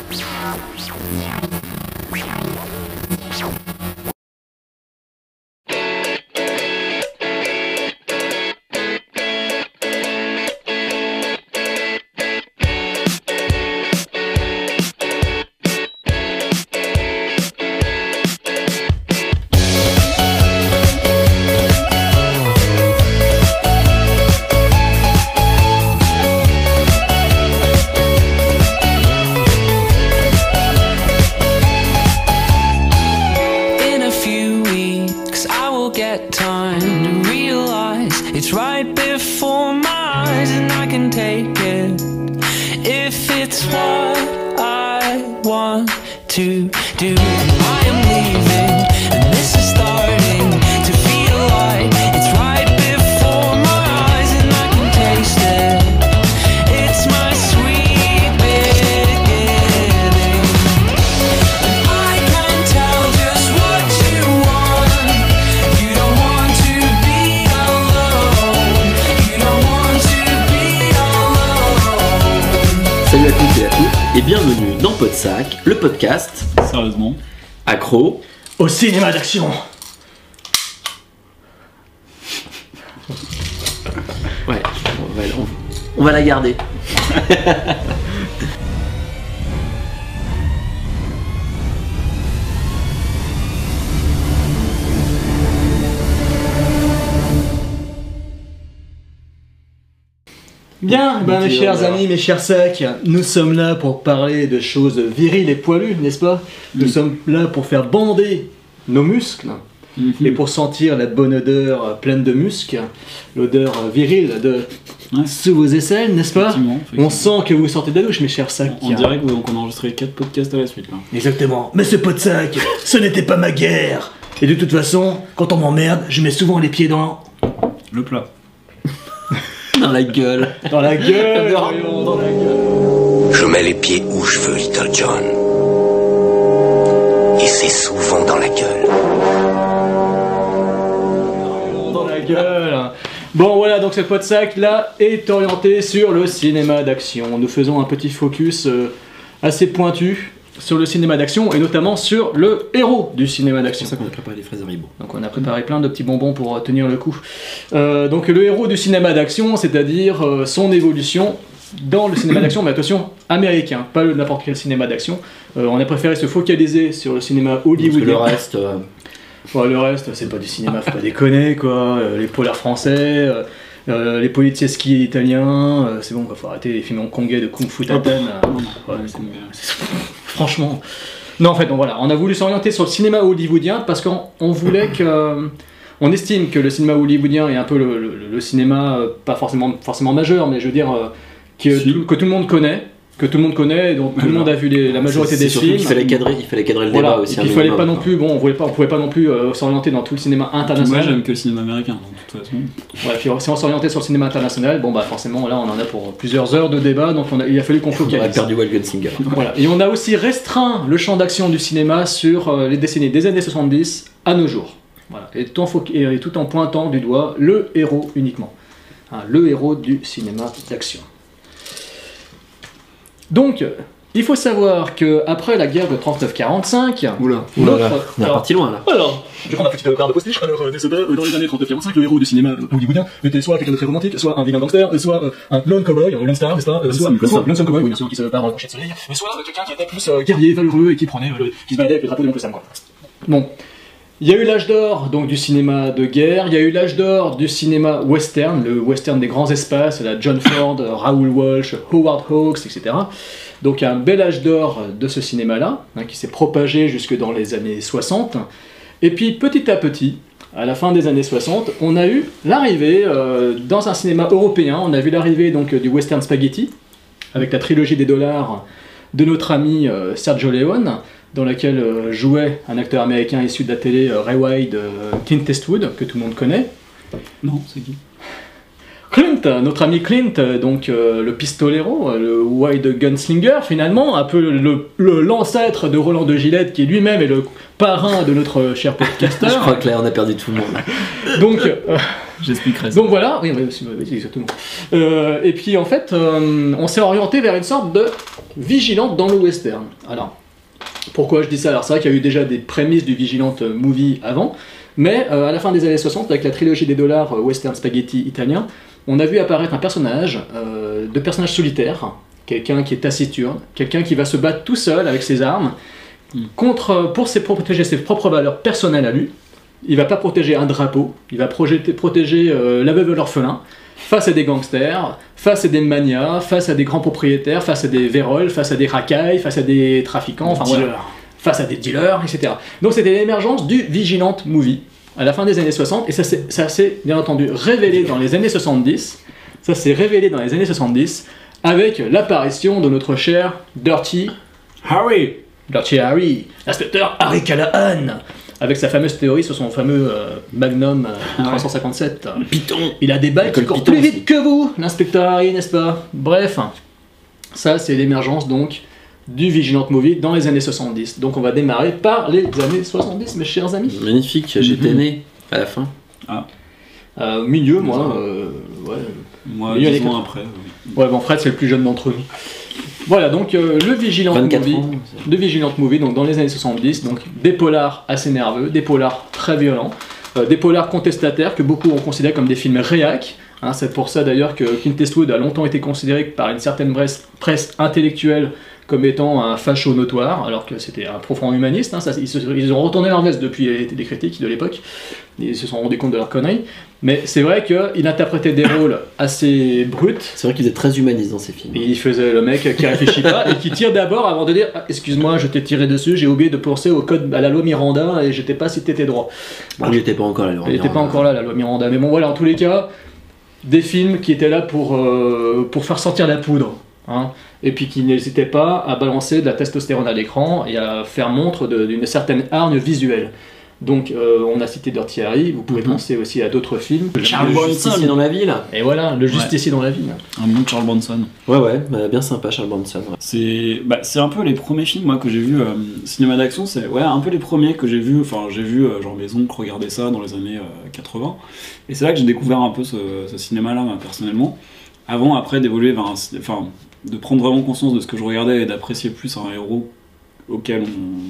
It's right before my eyes and I can take it if it's what I want to do. I am leaving and this is starting to feel like it's right before my eyes and I can taste it. It's my sweet beginning. I can tell just what you want. You don't want to be alone. You don't want to be alone. Salut à toutes et à tous et bienvenue dans Podsac, le podcast sérieusement accro au cinéma d'action. Ouais, on va la garder. Bien, ben mes chers amis, mes chers sacs, nous sommes là pour parler de choses viriles et poilues, n'est-ce pas? Nous sommes là pour faire bander nos muscles et pour sentir la bonne odeur pleine de muscles, l'odeur virile de sous vos aisselles, n'est-ce pas? On sent que vous sortez de la douche, mes chers sacs. On dirait qu'on a enregistré 4 podcasts à la suite là. Exactement. Mais ce pot de sac, ce n'était pas ma guerre. Et de toute façon, quand on m'emmerde, je mets souvent les pieds dans Le plat. Dans la gueule. Dans la gueule. Voyons, dans la gueule. Je mets les pieds où je veux, Little John. Et c'est souvent dans la gueule. Dans la gueule. Bon voilà, donc ce pot de sac là est orienté sur le cinéma d'action. Nous faisons un petit focus assez pointu sur le cinéma d'action et notamment sur le héros du cinéma d'action. C'est pour ça qu'on a préparé les fraises Haribo. Donc on a préparé plein de petits bonbons pour tenir le coup. Donc le héros du cinéma d'action, c'est-à-dire son évolution dans le cinéma d'action, mais attention, américain, pas n'importe quel cinéma d'action. On a préféré se focaliser sur le cinéma hollywoodien. Parce que le reste... Ouais, le reste, c'est pas du cinéma, faut pas déconner quoi. Les polars français, les polizieski italiens, c'est bon, faut arrêter les films hongkongais de Kung Fu Taten. Franchement. Non, en fait, donc voilà, on a voulu s'orienter sur le cinéma hollywoodien parce qu'on voulait que. On estime que le cinéma hollywoodien est un peu le cinéma, pas forcément majeur, mais je veux dire, que tout le monde connaît. Donc tout le monde a vu la majorité des films. Il fallait cadrer le Voilà, débat aussi. Et puis il fallait pas non plus, bon, on pouvait pas non plus s'orienter dans tout le cinéma international. Moi j'aime que le cinéma américain, donc, de toute façon. Ouais, puis si on s'orientait sur le cinéma international, bon bah forcément là on en a pour plusieurs heures de débat, donc il a fallu qu'on focalise. On a perdu Wild Gunslinger. Voilà. Et on a aussi restreint le champ d'action du cinéma sur les décennies des années 70 à nos jours. Voilà. Et tout en pointant du doigt le héros uniquement. Hein, le héros du cinéma d'action. Donc, il faut savoir qu'après la guerre de 39-45... Oula, on est parti loin là. Alors, je prends ma petite barre de post-it. Alors, dans les années 39-45, le héros du cinéma hollywoodien était soit quelqu'un de très romantique, soit un vilain gangster, soit un lone cowboy, un lone star, n'est-ce pas? Soit un lone cowboy, oui, bien sûr, qui se part en coucher de soleil, mais soit quelqu'un qui était plus guerrier, valeureux et qui se baladait avec le drapeau de l'oncle Sam, quoi. Bon. Il y a eu l'âge d'or donc du cinéma de guerre, il y a eu l'âge d'or du cinéma western, le western des grands espaces, la John Ford, Raoul Walsh, Howard Hawks, etc. Donc il y a un bel âge d'or de ce cinéma-là, hein, qui s'est propagé jusque dans les années 60. Et puis petit à petit, à la fin des années 60, on a eu l'arrivée dans un cinéma européen, on a vu l'arrivée donc du western spaghetti, avec la trilogie des dollars de notre ami Sergio Leone, dans laquelle jouait un acteur américain issu de la télé, Ray Wide, Clint Eastwood, que tout le monde connaît. Non, c'est qui? Clint, notre ami Clint, donc le pistolero, le Wide Gunslinger finalement, un peu l'ancêtre de Roland de Gillette, qui lui-même est le parrain de notre cher podcaster. Je crois que là on a perdu tout le monde. Donc, J'expliquerai ça. Donc voilà, oui, exactement. Et puis en fait, on s'est orienté vers une sorte de vigilante dans le western. Alors, pourquoi je dis ça? Alors c'est vrai qu'il y a eu déjà des prémices du vigilante movie avant, mais à la fin des années 60, avec la trilogie des dollars western spaghetti italien, on a vu apparaître un personnage, de personnage solitaire, quelqu'un qui est taciturne, quelqu'un qui va se battre tout seul avec ses armes, pour protéger ses propres valeurs personnelles à lui. Il va pas protéger un drapeau, il va protéger la veuve et l'orphelin, face à des gangsters, face à des manias, face à des grands propriétaires, face à des véroles, face à des racailles, face à des trafiquants, enfin voilà, face à des dealers, etc. Donc c'était l'émergence du vigilante movie à la fin des années 60, et ça s'est bien entendu révélé dans les années 70, ça s'est révélé dans les années 70, avec l'apparition de notre cher Dirty Harry, l'inspecteur Harry Callahan, avec sa fameuse théorie sur son fameux Magnum 357. Python. Il a des balles qui courent plus vite que vous, l'inspecteur Harry, n'est-ce pas? Bref, ça c'est l'émergence donc du Vigilante Movie dans les années 70. Donc on va démarrer par les années 70, mes chers amis. Magnifique, j'étais né à la fin. Milieu, moi. Moi, milieu 10 ans après. Ouais, bon, Fred c'est le plus jeune d'entre nous. Voilà, donc le Vigilante Movie, de Vigilante Movie, donc dans les années 70, donc des polars assez nerveux, des polars très violents, des polars contestataires que beaucoup ont considéré comme des films réac. Hein, c'est pour ça d'ailleurs que Clint Eastwood a longtemps été considéré par une certaine presse intellectuelle comme étant un facho notoire, alors que c'était un profond humaniste. Hein, ils ont retourné leur veste depuis les critiques de l'époque, ils se sont rendus compte de leur connerie. Mais c'est vrai qu'il interprétait des rôles assez bruts. C'est vrai qu'il était très humaniste dans ses films. Et il faisait le mec qui réfléchit pas et qui tire d'abord avant de dire excuse-moi, je t'ai tiré dessus, j'ai oublié de penser au code à la loi Miranda et je t'ai pas si t'étais droit. Bon, il était pas encore là, la loi Miranda. Il était pas encore là, la loi Miranda. Mais bon, voilà, en tous les cas, des films qui étaient là pour faire sortir la poudre. Hein, et puis qui n'hésitaient pas à balancer de la testostérone à l'écran et à faire montre d'une certaine hargne visuelle. Donc on a cité Dirty Harry, vous pouvez penser aussi à d'autres films. Charles Bronson dans la ville. Et voilà, le justicier dans la ville. Un bon Charles Bronson. Ouais, bien sympa Charles Bronson. Ouais. C'est un peu les premiers films moi que j'ai vu cinéma d'action, c'est un peu les premiers que j'ai vu. Enfin j'ai vu genre mes oncles regarder ça dans les années 80. Et c'est là que j'ai découvert un peu ce cinéma-là personnellement. Avant, après d'évoluer vers de prendre vraiment conscience de ce que je regardais et d'apprécier plus un héros duquel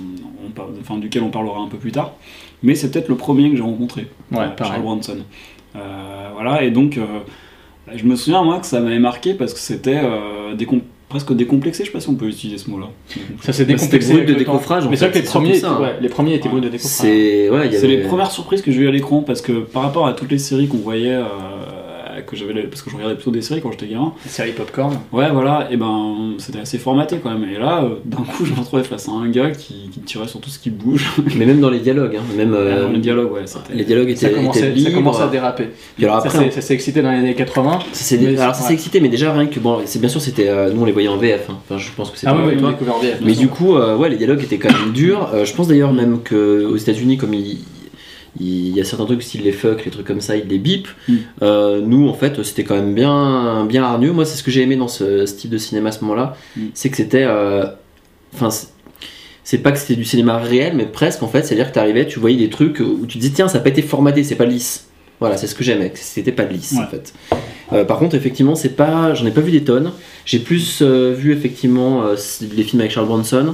on parlera un peu plus tard, mais c'est peut-être le premier que j'ai rencontré, Charles Bronson. Voilà, et donc je me souviens moi que ça m'avait marqué parce que c'était presque décomplexé, je sais pas si on peut utiliser ce mot-là. Ça s'est décomplexé brut de décoffrage. Mais c'est vrai que les premiers étaient bruts de décoffrage. C'est les premières surprises que j'ai eues à l'écran parce que par rapport à toutes les séries qu'on voyait. Parce que je regardais plutôt des séries quand j'étais gamin. Des séries popcorn. Ouais, voilà, et ben c'était assez formaté quand même. Et là, d'un coup, je me retrouvais face à un gars qui tirait sur tout ce qui bouge. Mais même dans les dialogues, les dialogues, les dialogues étaient ça commençait à déraper. Puis alors après, ça s'est excité dans les années 80. Ça s'est excité, mais déjà rien que c'est bien sûr c'était nous on les voyait en VF. Hein. Enfin, je pense que c'était. Ah oui, découvert en VF. Mais du coup, les dialogues étaient quand même durs. Je pense d'ailleurs même que aux États-Unis, comme il y a certains trucs style les fuck, les trucs comme ça, ils les bipent. Nous en fait c'était quand même bien hargneux. Moi c'est ce que j'ai aimé dans ce type de cinéma à ce moment là, c'est que c'était c'est pas que c'était du cinéma réel mais presque en fait, c'est à dire que t'arrivais, tu voyais des trucs où tu te dis tiens ça n'a pas été formaté, c'est pas lisse. Voilà, c'est ce que j'aimais, c'était pas lisse en fait. Par contre effectivement j'en ai pas vu des tonnes. J'ai plus vu effectivement les films avec Charles Bronson.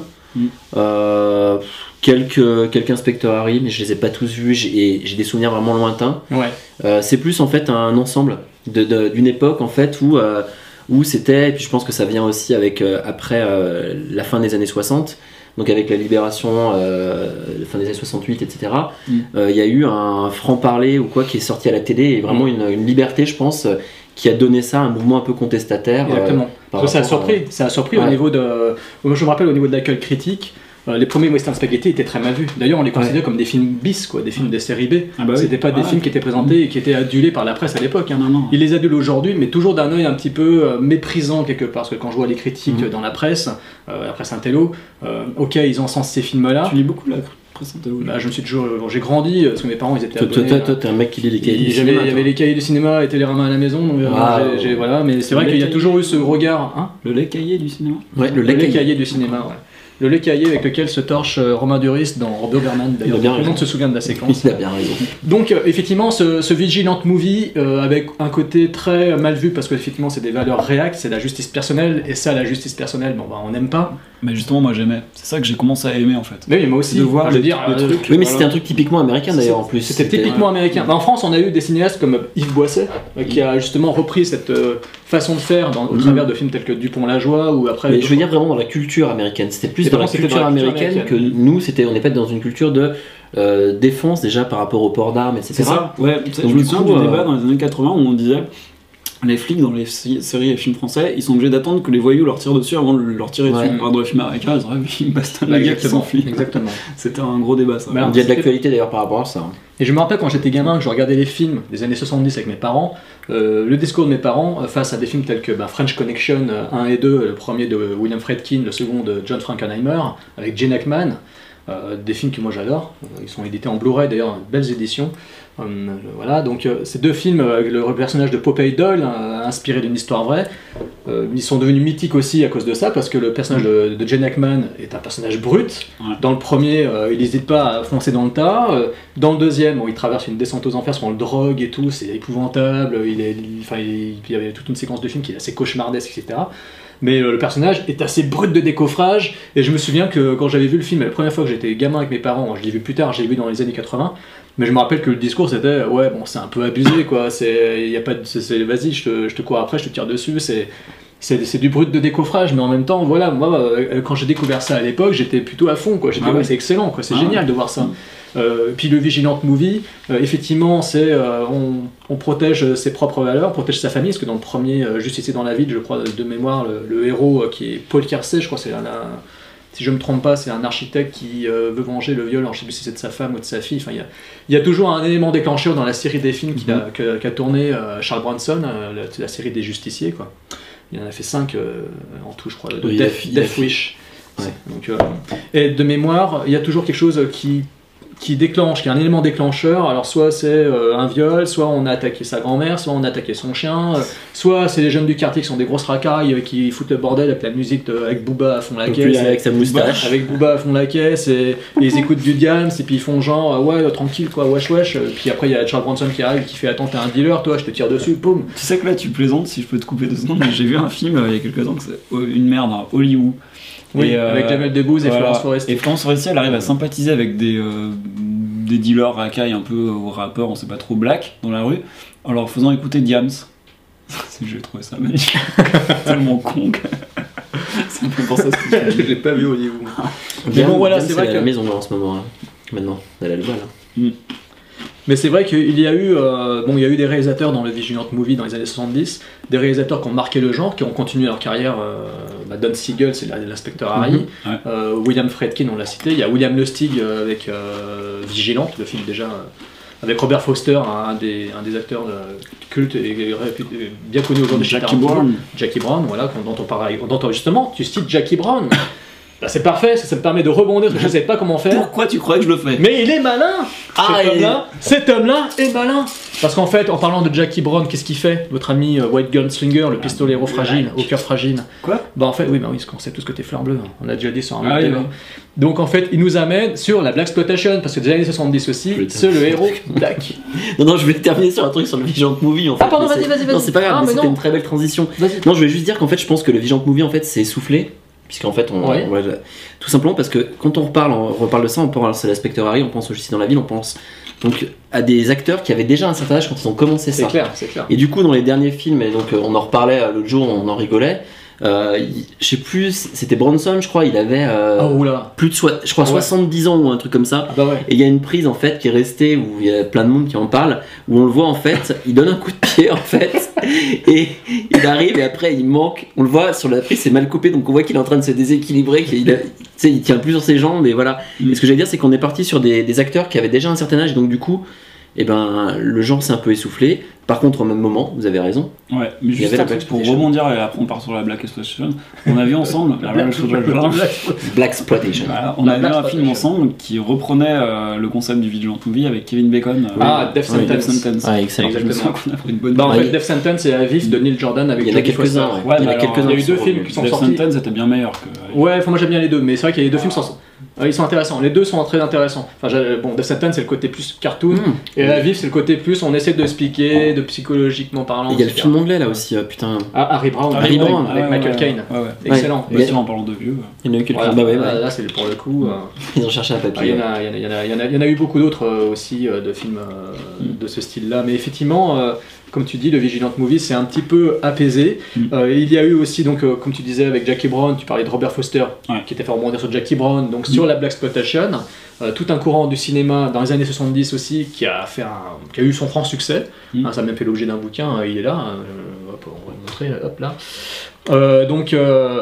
Quelques inspecteurs Harry, mais je les ai pas tous vus et j'ai des souvenirs vraiment lointains. C'est plus en fait un ensemble d'une époque en fait où c'était, et puis je pense que ça vient aussi avec après la fin des années 60, donc avec la libération, la fin des années 68, etc. Il y a eu un franc-parler ou quoi qui est sorti à la télé et vraiment une liberté, je pense, qui a donné ça un mouvement un peu contestataire. Exactement. Ça a surpris au niveau de. Moi, je me rappelle au niveau de l'accueil critique. Les premiers western spaghetti étaient très mal vus. D'ailleurs, on les considérait comme des films bis, des films de série B. C'était pas des films qui étaient présentés et qui étaient adulés par la presse à l'époque. Hein. Ils les adulent aujourd'hui, mais toujours d'un œil un petit peu méprisant quelque part. Parce que quand je vois les critiques dans la presse intello, ok, ils encensent ces films-là. Tu lis beaucoup la presse intello? J'ai grandi parce que mes parents ils étaient abonnés. Toi, t'es un mec qui lit les cahiers du cinéma. Il y avait les cahiers du cinéma et Télérama à la maison. Donc, voilà, mais c'est vrai qu'il y a toujours eu ce regard. Le lait cahier du cinéma. Ouais, le lait cahier du cinéma. Ouais. le lait caillé avec lequel se torche Romain Duris dans Doberman, d'ailleurs, tout le monde se souvient de la séquence. Il a bien raison. Donc effectivement, ce Vigilant Movie, avec un côté très mal vu, parce qu'effectivement c'est des valeurs réactes, c'est la justice personnelle, et ça, la justice personnelle, bon, bah, on n'aime pas. Mais justement, moi j'aimais. C'est ça que j'ai commencé à aimer en fait. Mais moi aussi, de voir le truc. Oui, mais c'était un truc typiquement américain d'ailleurs en plus. C'était typiquement américain. Bah, en France, on a eu des cinéastes comme Yves Boisset, qui a justement repris cette façon de faire au travers de films tels que Dupont-la-Joie ou après. Mais je veux dire vraiment dans la culture américaine. C'était plus dans la culture américaine que nous. On n'est pas dans une culture de défense déjà par rapport au port d'armes, etc. C'est ça. Ouais. Donc, je me souviens du débat dans les années 80 où on disait. Les flics dans les séries et films français, ils sont obligés d'attendre que les voyous leur tirent dessus avant de leur tirer dessus. Alors dans les films américains, ils auraient ils bastonnent les gars qui s'enfuient. Exactement. C'était un gros débat ça. Il y a de l'actualité d'ailleurs par rapport à ça. Et je me rappelle quand j'étais gamin, que je regardais les films des années 70 avec mes parents, le discours de mes parents face à des films tels que French Connection 1 et 2, le premier de William Friedkin, le second de John Frankenheimer, avec Gene Hackman, des films que moi j'adore, ils sont édités en Blu-ray d'ailleurs, belles éditions. Voilà, donc ces deux films, le personnage de Popeye Doyle, inspiré d'une histoire vraie, ils sont devenus mythiques aussi à cause de ça, parce que le personnage de Gene Hackman est un personnage brut. Ouais. Dans le premier, il n'hésite pas à foncer dans le tas. Dans le deuxième, il traverse une descente aux enfers, on le drogue et tout, c'est épouvantable. Il y avait toute une séquence de films qui est assez cauchemardesque, etc. Mais le personnage est assez brut de décoffrage, et je me souviens que quand j'avais vu le film, la première fois que j'étais gamin avec mes parents, je l'ai vu plus tard, je l'ai vu dans les années 80, mais je me rappelle que le discours c'était ouais bon c'est un peu abusé quoi, y a pas vas-y je te cours après, je te tire dessus, c'est du brut de décoffrage, mais en même temps voilà, moi quand j'ai découvert ça à l'époque j'étais plutôt à fond quoi, j'étais ouais, c'est excellent quoi, c'est génial de voir ça. Puis le Vigilant Movie, effectivement c'est on protège ses propres valeurs, on protège sa famille, parce que dans le premier Justicier dans la ville, je crois de mémoire, le héros qui est Paul Kersey, je crois c'est si je me trompe pas, c'est un architecte qui veut venger le viol, alors je sais plus si c'est de sa femme ou de sa fille, enfin il y a toujours un élément déclencheur dans la série des films qu'a tourné Charles Bronson, la série des justiciers quoi. Il en a fait 5 en tout je crois, de Death Wish. Ouais. Donc, et de mémoire, il y a toujours quelque chose qui déclenche, qui est un élément déclencheur. Alors soit c'est un viol, soit on a attaqué sa grand-mère, soit on a attaqué son chien, soit c'est les jeunes du quartier qui sont des grosses racailles qui foutent le bordel avec la musique avec Booba à fond la caisse, avec sa moustache, avec Booba à fond la caisse, et ils écoutent du Diams et puis ils font genre ouais tranquille quoi, wesh wesh, puis après il y a Charles Bronson qui arrive qui fait attends t'es un dealer toi, je te tire dessus, boum. Tu sais que là tu plaisantes, si je peux te couper 2 secondes, j'ai vu un film il y a quelques temps que c'est une merde, Hollywood. Oui, avec Jamel Debbouze et Florence Foresti. Et Florence Foresti, elle arrive à sympathiser avec des dealers racailles un peu aux rappeurs, on sait pas trop, black, dans la rue, en leur faisant écouter Diams. J'ai trouvé ça magnifique. Tellement con. Ça me fait penser à ce que je l'ai pas vu au niveau. Mais bon, voilà, c'est vrai que la maison en ce moment, maintenant, elle a le mal. Mais c'est vrai qu'il y a eu, il y a eu des réalisateurs dans le Vigilant Movie dans les années 70, des réalisateurs qui ont marqué le genre, qui ont continué leur carrière. Don Siegel, c'est l'inspecteur Harry. William Friedkin, on l'a cité. Il y a William Lustig avec Vigilante, le film déjà avec Robert Foster, un des acteurs cultes et bien connu aujourd'hui. Jackie Brown, voilà, dont on parle justement. Tu cites Jackie Brown. Bah c'est parfait, ça me permet de rebondir parce que je ne sais pas comment faire. Pourquoi tu crois que je le fais? Mais il est malin. Cet homme-là est malin. Parce qu'en fait, en parlant de Jackie Brown, qu'est-ce qu'il fait? Votre ami White Gunslinger, le pistolero fragile, au cœur fragile. Quoi? Bah en fait, oui, on sait tous que t'es fleur bleue. On a déjà dit sur un autre. Donc en fait, il nous amène sur la Blaxploitation, parce que des années 70 aussi, c'est le héros Black. Non, je vais terminer sur un truc sur le Vigilant Movie en fait. Ah pardon, vas-y. Non, c'est pas grave, c'était une très belle transition. Non, je vais juste dire qu'en fait, je pense que le Vigilant Movie en fait, c'est essoufflé. Puisqu'en fait, tout simplement parce que quand on reparle de ça, on pense à l'inspecteur Harry, on pense au Justicier dans la ville, on pense donc à des acteurs qui avaient déjà un certain âge quand ils ont commencé ça. C'est clair. Et du coup, dans les derniers films, et donc on en reparlait l'autre jour, on en rigolait. Je sais plus, c'était Bronson, je crois, il avait plus de 70 ans ou un truc comme ça. Et il y a une prise en fait qui est restée où il y a plein de monde qui en parle, où on le voit en fait, il donne un coup de pied en fait, et il arrive et après il manque. On le voit sur la prise, c'est mal coupé, donc on voit qu'il est en train de se déséquilibrer, il tient plus sur ses jambes, et voilà. Et ce que j'allais dire, c'est qu'on est parti sur des acteurs qui avaient déjà un certain âge, donc du coup, et ben le genre s'est un peu essoufflé. Par contre, au même moment, vous avez raison. Ouais, mais juste après, pour rebondir, et après on part sur la Black Exploitation, on a vu ensemble Black Exploitation. Voilà, on a vu un film ensemble qui reprenait le concept du Vigilante Movie avec Kevin Bacon. Death Sentence. Ah, excellent. Exactement. On a pris une bonne En fait, Death Sentence, c'est la vif de Neil Jordan avec Il y en a Jodie Foster. quelques-uns. Il y en a quelques-uns. Il y a eu 2 films qui sont Death sortis. Sentence était bien meilleur que. Ouais, moi j'aime bien les deux, mais c'est vrai qu'il y a les 2 films ils sont intéressants. Les 2 sont très intéressants. Enfin, bon, Death Sentence c'est le côté plus cartoon, et la vif c'est le côté plus on essaie de expliquer, de psychologiquement parlant. Il y a le film anglais là aussi, putain. Harry Brown, Harry Brown, avec Michael Caine. Excellent. Et en parlant de vieux. Il y en a eu quelques-uns. Là c'est pour le coup. Ils ont cherché un papier. Il y en a eu beaucoup d'autres aussi de films de ce style-là, mais effectivement. Comme tu dis, le Vigilante Movie c'est un petit peu apaisé. Il y a eu aussi, donc, comme tu disais avec Jackie Brown, tu parlais de Robert Foster, qui était fait rebondir sur Jackie Brown, donc sur la Blaxploitation, tout un courant du cinéma dans les années 70 aussi qui a eu son franc succès. Ça a même fait l'objet d'un bouquin, il est là, hop, on va le montrer, hop là. Donc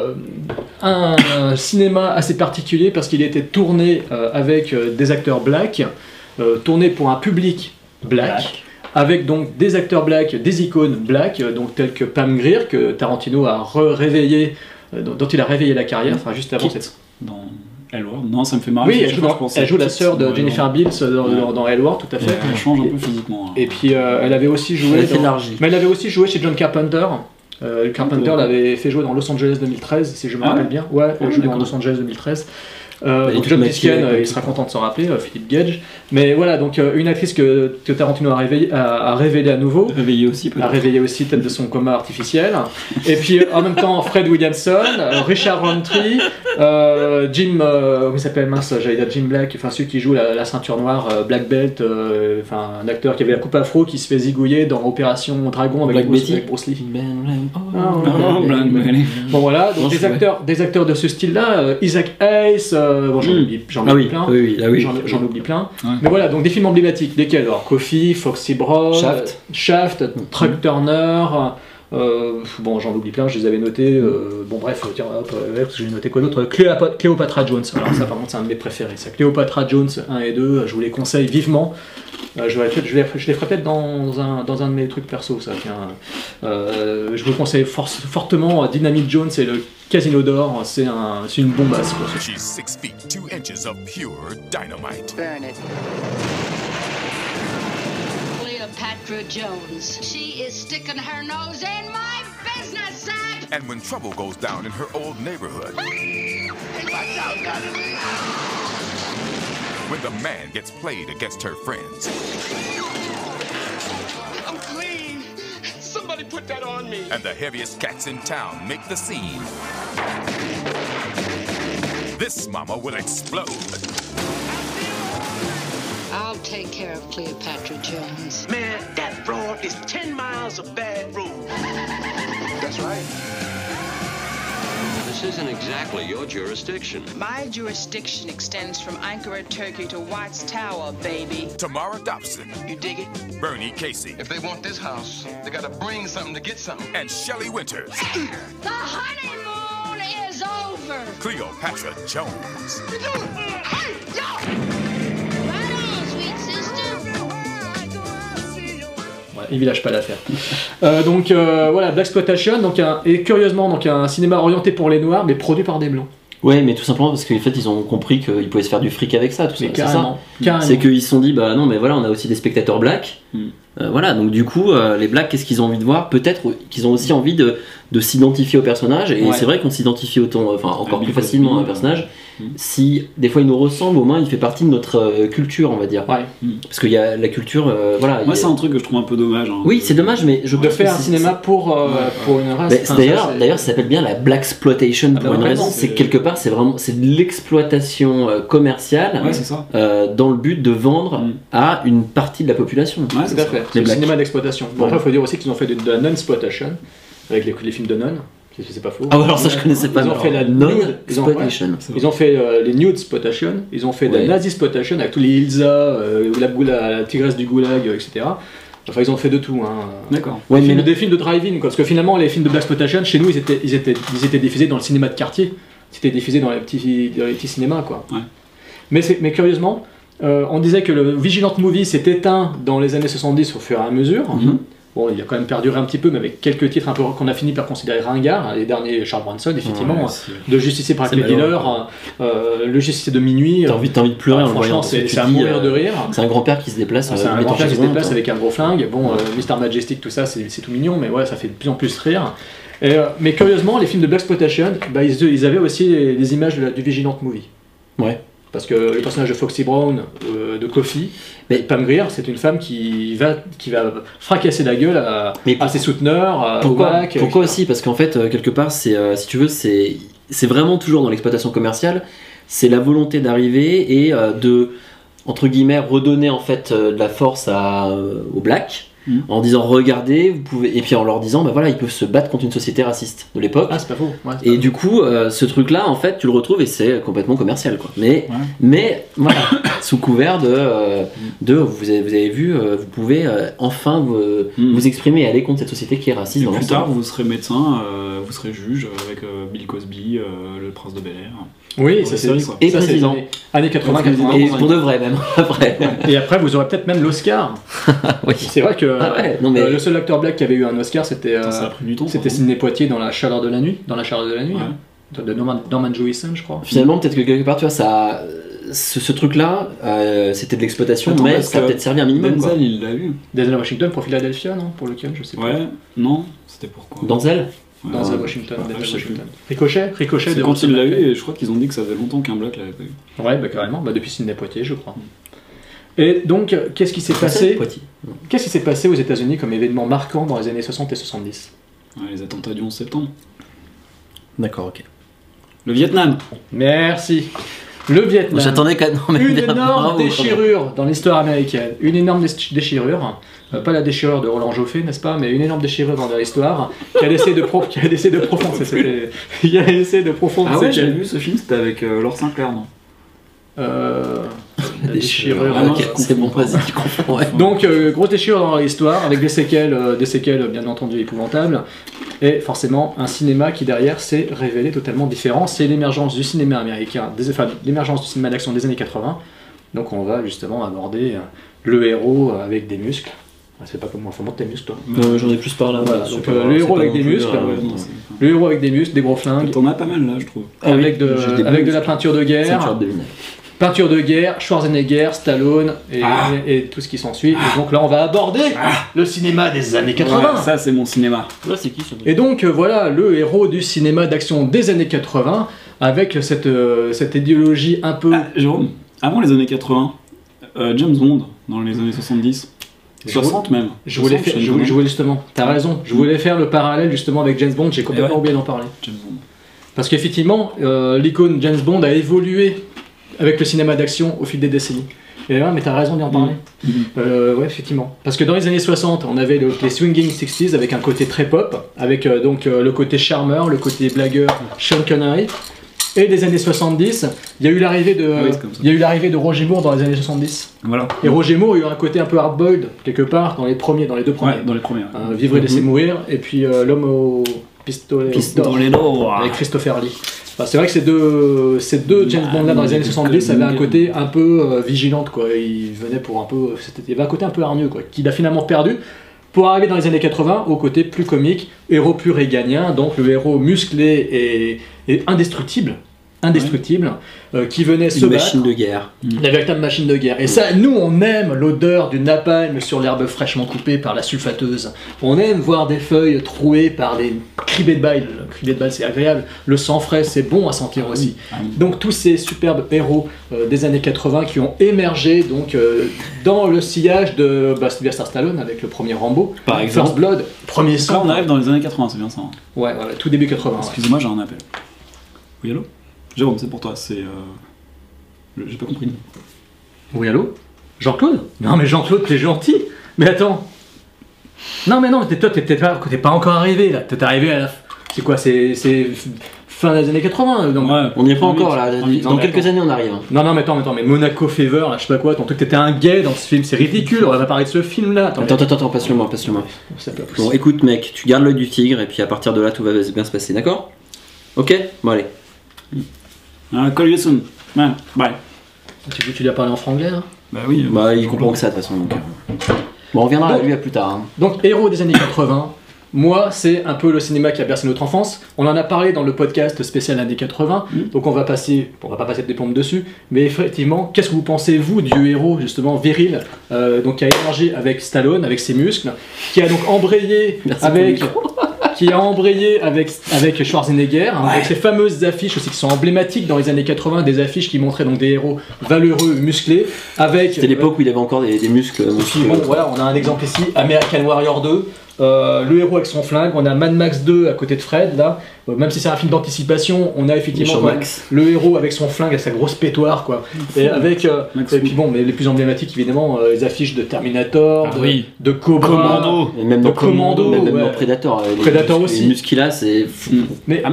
un cinéma assez particulier parce qu'il était tourné avec des acteurs black, tourné pour un public black. Avec donc des acteurs black, des icônes black, donc tels que Pam Grier, que Tarantino a réveillé, dont il a réveillé la carrière, enfin juste avant cette... Dans L-Word. Non, ça me fait marrer. Oui, elle joue la sœur de Jennifer Beals dans L-Word, tout à fait. Elle change un peu physiquement. Et puis elle avait aussi joué mais elle avait aussi joué chez John Carpenter. Carpenter l'avait fait jouer dans Los Angeles 2013, si je me rappelle bien. Ouais, elle joue dans Los Angeles 2013. Donc John Pisken, il sera content de s'en rappeler, Philippe Gage. Mais voilà, donc une actrice que Tarantino a révélé à nouveau. Réveillé aussi, peut-être. A réveillé aussi, tête de son coma artificiel. Et puis en même temps, Fred Williamson, Richard Roundtree, Jim, comment il s'appelle, mince, j'allais dire Jim Black, enfin celui qui joue la ceinture noire, Black Belt, enfin un acteur qui avait la coupe afro qui se fait zigouiller dans Opération Dragon avec Bruce Lee. Bon voilà, donc des acteurs de ce style-là, Isaac Hayes, j'en oublie plein. J'en oublie plein. Mais voilà, donc des films emblématiques, lesquels alors Coffy, Foxy Brown, Shaft, Truck Turner. Bon, j'en oublie plein, je les avais notés. Bon, bref, tiens, hop, parce que j'ai noté quoi d'autre. Cleopatra Jones. Alors, ça, par contre, c'est un de mes préférés. Ça, Cleopatra Jones 1 et 2, je vous les conseille vivement. Je les ferai peut-être dans un de mes trucs perso, ça. Tiens. Je vous conseille fortement Dynamite Jones et le Casino d'Or. C'est une bombasse. She's 6 feet 2 inches of pure dynamite. Burn it. Cleopatra Jones. She is sticking her nose in my business, Zach! And when trouble goes down in her old neighborhood, when the man gets played against her friends, I'm clean! Somebody put that on me! And the heaviest cats in town make the scene, this mama will explode. I'll take care of Cleopatra Jones. Man, that broad is 10 miles of bad road. That's right. This isn't exactly your jurisdiction. My jurisdiction extends from Ankara, Turkey to White's Tower, baby. Tamara Dobson. You dig it? Bernie Casey. If they want this house, they gotta bring something to get something. And Shelley Winters. The honeymoon is over. Cleopatra Jones. Hey, yo! Il ne lâche pas l'affaire. Donc voilà, Blaxploitation, et curieusement donc un cinéma orienté pour les noirs mais produit par des blancs. Ouais, mais tout simplement parce qu'en fait ils ont compris qu'ils pouvaient se faire du fric avec ça, tout ça. Carrément. C'est qu'ils se sont dit bah non mais voilà on a aussi des spectateurs blacks. Voilà, donc du coup les blacks qu'est-ce qu'ils ont envie de voir? Peut-être qu'ils ont aussi envie de s'identifier au personnage et c'est vrai qu'on s'identifie encore plus facilement à un personnage si des fois il nous ressemble, au moins il fait partie de notre culture on va dire. Parce qu'il y a la culture voilà. Moi c'est un truc que je trouve un peu dommage. Oui c'est dommage mais je de faire un cinéma pour une race. D'ailleurs ça s'appelle bien la Blaxploitation pour une raison. C'est quelque part c'est de l'exploitation commerciale dans le but de vendre à une partie de la population. C'est tout à fait. C'est le cinéma d'exploitation. Bon après il faut dire aussi qu'ils ont fait de la non-exploitation avec les films de non. C'est pas faux. Ah alors ça je connaissais pas. Ils ont fait la non-exploitation. Ils ont fait les nude exploitation. Ils ont fait de la nazi exploitation avec tous les Ilsa, la tigresse du goulag, etc. Enfin ils ont fait de tout. D'accord. Des films de drive-in parce que finalement les films de blaxploitation chez nous ils étaient diffusés dans le cinéma de quartier. C'était diffusé dans les petits cinémas quoi. Mais curieusement On disait que le Vigilant Movie s'est éteint dans les années 70 au fur et à mesure. Bon, il a quand même perduré un petit peu, mais avec quelques titres un peu qu'on a fini par considérer ringards. Les derniers, Charles Bronson, effectivement, de Justicier par les dealers, le Justicier de minuit. T'as envie de pleurer en le voyant. C'est à mourir de rire. C'est un grand-père qui se déplace. C'est un grand-père qui se déplace avec un gros flingue. Bon, Mr. Majestic, tout ça, c'est tout mignon, mais ouais, ça fait de plus en plus rire. Mais curieusement, les films de Blaxploitation, bah, ils avaient aussi les images du Vigilant Movie. Ouais. Parce que le personnage de Foxy Brown, de Coffy, Pam Grier, c'est une femme qui va fracasser la gueule à ses souteneurs, au Mac. Pourquoi aussi? Parce qu'en fait, quelque part, si tu veux, c'est vraiment toujours dans l'exploitation commerciale, c'est la volonté d'arriver et de, entre guillemets, redonner en fait de la force aux blacks. En disant regardez, vous pouvez, et puis en leur disant bah voilà, ils peuvent se battre contre une société raciste de l'époque. Ah, c'est pas faux. Ouais, et du coup, ce truc là en fait tu le retrouves et c'est complètement commercial quoi. Mais voilà, sous couvert de vous avez vu, vous pouvez enfin vous exprimer et aller contre cette société qui est raciste. Et dans plus l'ensemble. tard vous serez médecin, vous serez juge avec Bill Cosby, le prince de Bel-Air. Oui, ça c'est quoi. Et président. Années 80, et pour de vrai même après. Et après vous aurez peut-être même l'Oscar. Oui. C'est vrai que le seul acteur black qui avait eu un Oscar c'était Sidney Poitier dans La Chaleur de la nuit, de Norman Jewison, je crois. Finalement peut-être que quelque part tu vois ça, ce truc là c'était de l'exploitation, mais ça a peut-être servi un minimum. Denzel il l'a eu. Denzel Washington pour Philadelphia, non, pour lequel je sais pas. Ouais, non, c'était pourquoi. Denzel. Denzel Washington. Ricochet de quand il l'a eu, et je crois qu'ils ont dit que ça faisait longtemps qu'un black l'avait pas eu. Ouais, bah carrément, depuis Sidney Poitier, je crois. Et donc, qu'est-ce qui s'est passé aux États-Unis comme événement marquant dans les années 60 et 70 ? Les attentats du 11 septembre. D'accord, ok. Le Vietnam. Merci. Le Vietnam. J'attendais une énorme déchirure dans l'histoire américaine. Une énorme déchirure. Pas la déchirure de Roland Joffé, n'est-ce pas, mais une énorme déchirure dans l'histoire qui a laissé de profond. Ah ouais, j'ai vu ce film, c'était avec Laure Sinclair, non la déchirure. C'est bon, vas-y, tu comprends. Ouais. Donc, grosse déchirure dans l'histoire, avec des séquelles bien entendu épouvantables, et forcément un cinéma qui derrière s'est révélé totalement différent. C'est l'émergence du cinéma américain, l'émergence du cinéma d'action des années 80. Donc, on va justement aborder le héros avec des muscles. C'est pas comme moi, faut monter tes muscles, toi. J'en ai plus par là. Voilà, donc le héros avec des muscles, le héros avec des muscles, des gros flingues. T'en as pas mal là, je trouve. Avec de la peinture de guerre. Peinture de guerre, Schwarzenegger, Stallone et tout ce qui s'ensuit. Et donc là, on va aborder le cinéma des années 80. Ouais, ça, c'est mon cinéma. Là, c'est qui ça ? Et donc voilà, le héros du cinéma d'action des années 80, avec cette idéologie un peu... Jérôme, avant les années 80, James Bond, dans les années 70... 60 même. Je voulais justement, t'as raison, je voulais faire le parallèle justement avec James Bond, j'ai complètement oublié d'en parler. James Bond. Parce qu'effectivement, l'icône James Bond a évolué avec le cinéma d'action au fil des décennies. Et ouais, mais t'as raison d'y en parler. Ouais, effectivement. Parce que dans les années 60, on avait les swinging 60s avec un côté très pop, avec donc le côté charmeur, le côté blagueur, Sean Connery. Et les années 70, il y a eu l'arrivée de Roger Moore dans les années 70. Voilà. Et Roger Moore, il y a eu un côté un peu hard-boiled, quelque part, dans les deux premiers. Ouais, dans les premiers. Vivre et laisser mourir, et puis L'homme au pistolet d'or, avec Christopher Lee. Enfin, c'est vrai que ces deux James Bond là dans les années 70 avaient un côté un peu vigilante, quoi. Il venait pour un peu, il y avait un côté un peu hargneux, quoi, qu'il a finalement perdu. Pour arriver dans les années 80 au côté plus comique, héros plus réganien, donc le héros musclé et indestructible, qui venait se battre. Machine de guerre. La véritable machine de guerre. Et ça, nous, on aime l'odeur du napalm sur l'herbe fraîchement coupée par la sulfateuse. On aime voir des feuilles trouées par des cribés de balle. Le cribé de balle, c'est agréable. Le sang frais, c'est bon à sentir aussi. Donc tous ces superbes héros des années 80 qui ont émergé donc dans le sillage de Sylvester Stallone avec le premier Rambo, par exemple. First Blood, premier sang. Là, on arrive dans les années 80, c'est bien ça. Ouais, tout début 80. Excusez-moi, j'ai un appel. Oui, allô ? Jérôme, c'est pour toi, c'est... J'ai pas compris. Oui, allô ? Jean-Claude ? Non mais Jean-Claude, t'es gentil. Mais attends. Non, toi, t'es pas encore arrivé, là. T'es arrivé à la... C'est quoi, c'est fin des années 80, donc... Ouais, on n'y est pas encore, là. Dans quelques années, on arrive. Non, mais attends, mais Monaco Fever, là, je sais pas quoi, ton truc, t'étais un gay dans ce film, c'est ridicule, on va pas parler de ce film-là. Attends, passe-le-moi. Bon, écoute, mec, tu gardes l'œil du tigre, et puis à partir de là, tout va bien se passer, d'accord ? Ok ? Bon, allez. Call you soon. Ouais, bye. Tu lui as parlé en franglais là? Bah oui. Bah il comprend que ça de toute façon. Donc, bon, on reviendra à lui à plus tard. Hein. Donc héros des années 80. Moi, c'est un peu le cinéma qui a bercé notre enfance. On en a parlé dans le podcast spécial années 80, donc on va pas passer des plombes dessus. Mais effectivement, qu'est-ce que vous pensez, vous, du héros, justement, viril, donc qui a émergé avec Stallone, avec ses muscles, qui a donc embrayé avec Schwarzenegger, avec ces fameuses affiches aussi qui sont emblématiques dans les années 80, des affiches qui montraient donc des héros valeureux, musclés, avec... C'était l'époque où il avait encore des muscles. Bon, voilà, on a un exemple ici, American Warrior 2, le héros avec son flingue, on a Mad Max 2 à côté de Fred, là, même si c'est un film d'anticipation, on a effectivement le héros avec son flingue, avec sa grosse pétoire, quoi. Et avec, et puis bon, mais les plus emblématiques, évidemment, les affiches de Terminator, de Cobra, et même de dans Commando, même dans Predator. Predator aussi. Les muscles là, c'est fou. Mais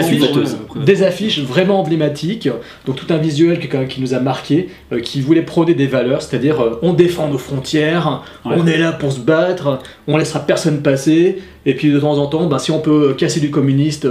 des affiches vraiment emblématiques, donc tout un visuel qui nous a marqué, qui voulait prôner des valeurs, c'est-à-dire on défend nos frontières, on est là pour se battre, on laissera personne passer, et puis de temps en temps, si on peut casser du communiste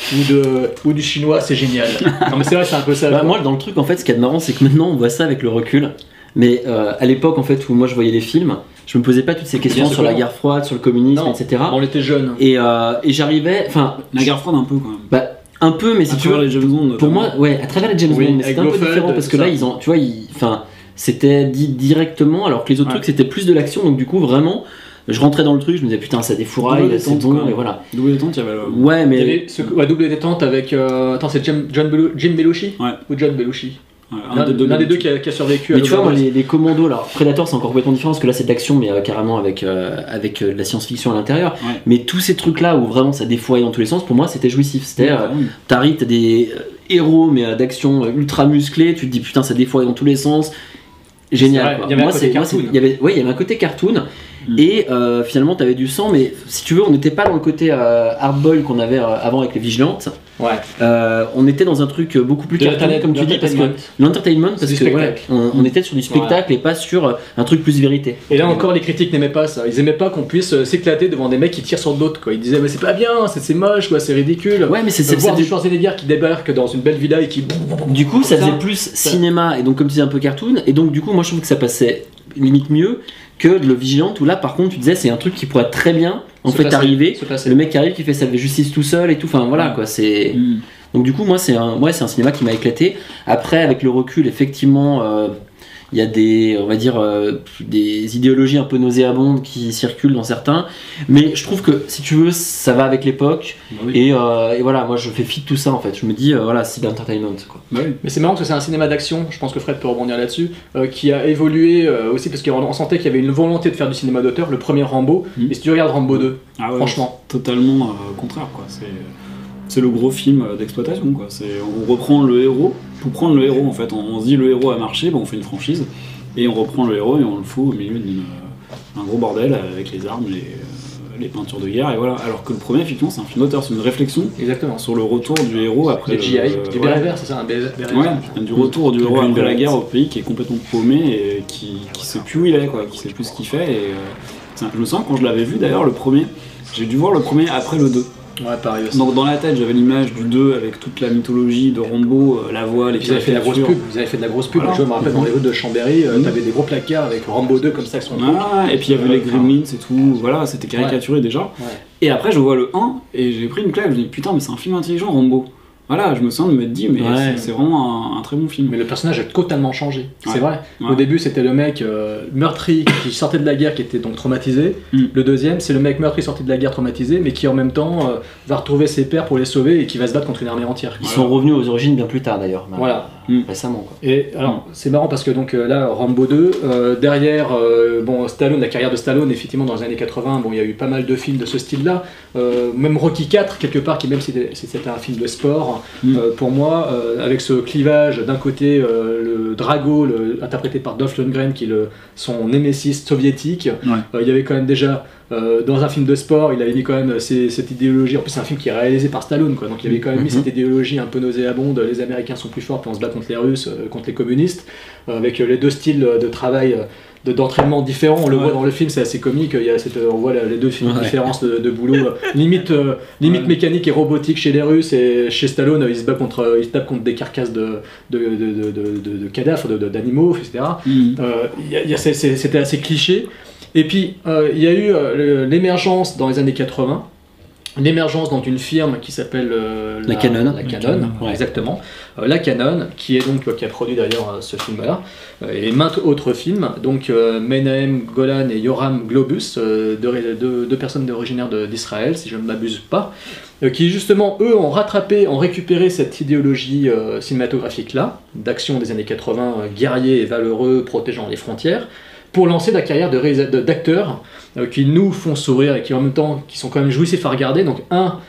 ou du chinois, c'est génial. Non mais c'est vrai, c'est un peu ça. Moi, dans le truc, en fait, ce qui est marrant, c'est que maintenant on voit ça avec le recul. Mais à l'époque, en fait, où moi je voyais les films, je me posais pas toutes ces questions sur la guerre froide, sur le communisme, etc. On était jeunes. Et j'arrivais, la guerre froide un peu quand même. Un peu, mais si tu veux, les James Bond, pour moi, à travers les James Bond, mais c'était un peu différent parce que là, ils ont, tu vois, c'était dit directement, alors que les autres trucs c'était plus de l'action, donc du coup vraiment. Je rentrais dans le truc, je me disais putain ça défouraille, c'est bon, et voilà. Double détente, il y avait Ouais, mais. Double détente avec. Attends, c'est Jim Belushi ou John Belushi l'un des deux qui a survécu. Mais tu vois, moi, les commandos, alors Predator c'est encore complètement différent parce que là c'est de l'action, mais carrément avec de la science-fiction à l'intérieur. Ouais. Mais tous ces trucs là où vraiment ça défouraille dans tous les sens, pour moi c'était jouissif. C'était. T'arrives, t'as des héros, mais d'action ultra musclés, tu te dis putain ça défouraille dans tous les sens. Génial. Il y avait un côté cartoon. Et finalement t'avais du sang, mais si tu veux on n'était pas dans le côté hardboil qu'on avait avant avec les Vigilantes. On était dans un truc beaucoup plus cartoon comme tu dis, parce que l'entertainment, parce que on était sur du spectacle et pas sur un truc plus vérité. Et là encore les critiques n'aimaient pas ça, ils aimaient pas qu'on puisse s'éclater devant des mecs qui tirent sur d'autres, quoi. Ils disaient mais c'est pas bien, c'est moche, quoi, c'est ridicule. Ouais, mais c'est voir du Schwarzenegger qui débarque dans une belle villa et qui... Du coup ça faisait plus cinéma et donc comme tu disais un peu cartoon, et donc du coup moi je trouve que ça passait limite mieux que le Vigilante où là par contre tu disais c'est un truc qui pourrait très bien en fait arriver, le mec qui arrive qui fait sa justice tout seul et tout, enfin voilà quoi, c'est donc du coup moi c'est un cinéma qui m'a éclaté. Après avec le recul effectivement il y a des, on va dire, des idéologies un peu nauséabondes qui circulent dans certains, mais je trouve que si tu veux ça va avec l'époque. Et voilà, moi je fais fi de tout ça en fait, je me dis voilà c'est de l'entertainment quoi. Mais c'est marrant parce que c'est un cinéma d'action, je pense que Fred peut rebondir là-dessus, qui a évolué aussi parce qu'on sentait qu'il y avait une volonté de faire du cinéma d'auteur, le premier Rambo, et si tu regardes Rambo 2, franchement totalement contraire quoi, c'est le gros film d'exploitation quoi. On reprend le héros pour prendre le héros en fait. On se dit le héros a marché, on fait une franchise et on reprend le héros et on le fout au milieu d'un gros bordel avec les armes, les peintures de guerre et voilà. Alors que le premier effectivement c'est un film d'auteur, c'est une réflexion sur le retour du héros après le GI, du béret vert, c'est ça, un béret vert. Du retour du héros après la guerre au pays qui est complètement paumé et qui sait plus où il est quoi, qui sait plus ce qu'il fait et je me sens quand je l'avais vu d'ailleurs le premier, j'ai dû voir le premier après le 2. Ouais, pareil aussi. Donc dans la tête j'avais l'image du 2 avec toute la mythologie de Rambo, la voix, les Ils avaient fait de la grosse pub, Voilà. Je me rappelle dans les rues de Chambéry, t'avais des gros placards avec Rambo 2 comme ça qui sont et puis il y avait les Gremlins et tout, voilà, c'était caricaturé déjà. Et après je vois le 1 et j'ai pris une claque, je me dis putain mais c'est un film intelligent Rambo. Voilà, je me sens de me dire mais c'est vraiment un très bon film. Mais le personnage a totalement changé, c'est vrai. Au début c'était le mec meurtri qui sortait de la guerre qui était donc traumatisé. Le deuxième c'est le mec meurtri sorti de la guerre traumatisé mais qui en même temps va retrouver ses pères pour les sauver et qui va se battre contre une armée entière. Ils sont revenus aux origines bien plus tard d'ailleurs. Voilà. Récemment quoi. Et alors c'est marrant parce que donc là Rambo 2 derrière Stallone, la carrière de Stallone effectivement dans les années 80, il y a eu pas mal de films de ce style là, même Rocky 4 quelque part qui même si c'était un film de sport pour moi avec ce clivage d'un côté le Drago interprété par Dolph Lundgren qui est son némésis soviétique, il y avait quand même déjà Dans un film de sport, il avait mis quand même cette idéologie. En plus, c'est un film qui est réalisé par Stallone, quoi. Donc il avait quand même mis cette idéologie un peu nauséabonde. Les Américains sont plus forts, puis on se bat contre les Russes, contre les communistes, avec les deux styles de travail. D'entraînement différents, on le voit dans le film, c'est assez comique. Il y a on voit les deux différences de boulot, limite mécanique et robotique chez les Russes, et chez Stallone ils se tapent contre des carcasses de cadavres, d'animaux, etc. C'était assez cliché. Et puis il y a eu l'émergence dans les années 80. L'émergence dans une firme qui s'appelle la Canon. La Canon, exactement. La Canon, qui a produit d'ailleurs ce film-là, et maintes autres films. Donc Menahem Golan et Yoram Globus, deux personnes originaires d'Israël, si je ne m'abuse pas, qui justement, eux, ont récupéré cette idéologie cinématographique-là, d'action des années 80, guerriers et valeureux, protégeant les frontières, pour lancer la carrière d'acteurs qui nous font sourire et qui en même temps qui sont quand même jouissifs à regarder. Donc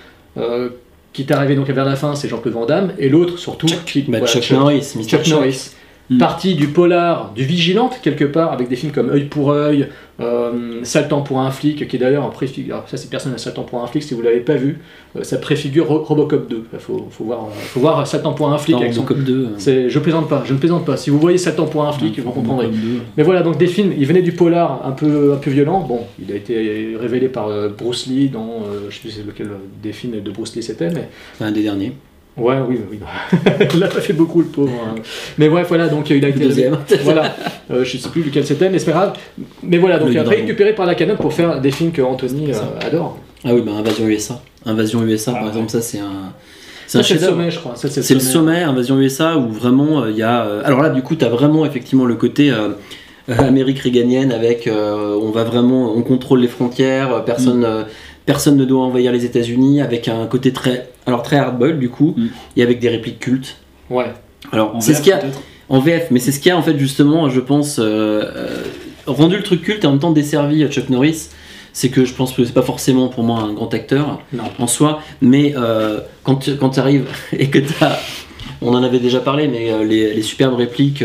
qui est arrivé donc vers la fin, c'est Jean-Claude Van Damme, et l'autre surtout Chuck Norris, Chuck Norris. Parti du polar, du vigilante quelque part, avec des films comme Œil pour œil, Sale temps pour un flic, qui est d'ailleurs un préfigure. Alors ça c'est personnel, Sale temps pour un flic, si vous l'avez pas vu, ça préfigure Robocop 2. Faut voir Sale temps pour un flic. Avec Robocop 2. Je ne plaisante pas. Si vous voyez Sale temps pour un flic, vous comprendrez. Mais voilà, donc des films, il venait du polar un peu violent. Bon, il a été révélé par Bruce Lee dans, je sais plus lequel des films de Bruce Lee c'était, mais un des derniers. Ouais, oui. Il a pas fait beaucoup le pauvre. Mais ouais, voilà, donc il a été deuxième. Voilà, je sais plus lequel c'était, mais c'est pas grave. Mais voilà, donc il a récupéré par la Canon pour faire des films que Anthony adore. Ah oui, Invasion USA. Invasion USA, par exemple, ça c'est un. C'est le sommet, je crois. C'est le sommet, Invasion USA, où vraiment il y a. Alors là, du coup, t'as vraiment effectivement le côté. Amérique réganienne avec on contrôle les frontières, personne ne doit envahir les États-Unis, avec un côté très hardball du coup, et avec des répliques cultes. Ouais. Alors c'est ce qu'il y a en VF, mais c'est ce qu'il y a en fait justement, je pense, rendu le truc culte et en même temps desservi Chuck Norris. C'est que je pense que c'est pas forcément pour moi un grand acteur en soi, mais quand tu arrives et que on en avait déjà parlé, mais les superbes répliques,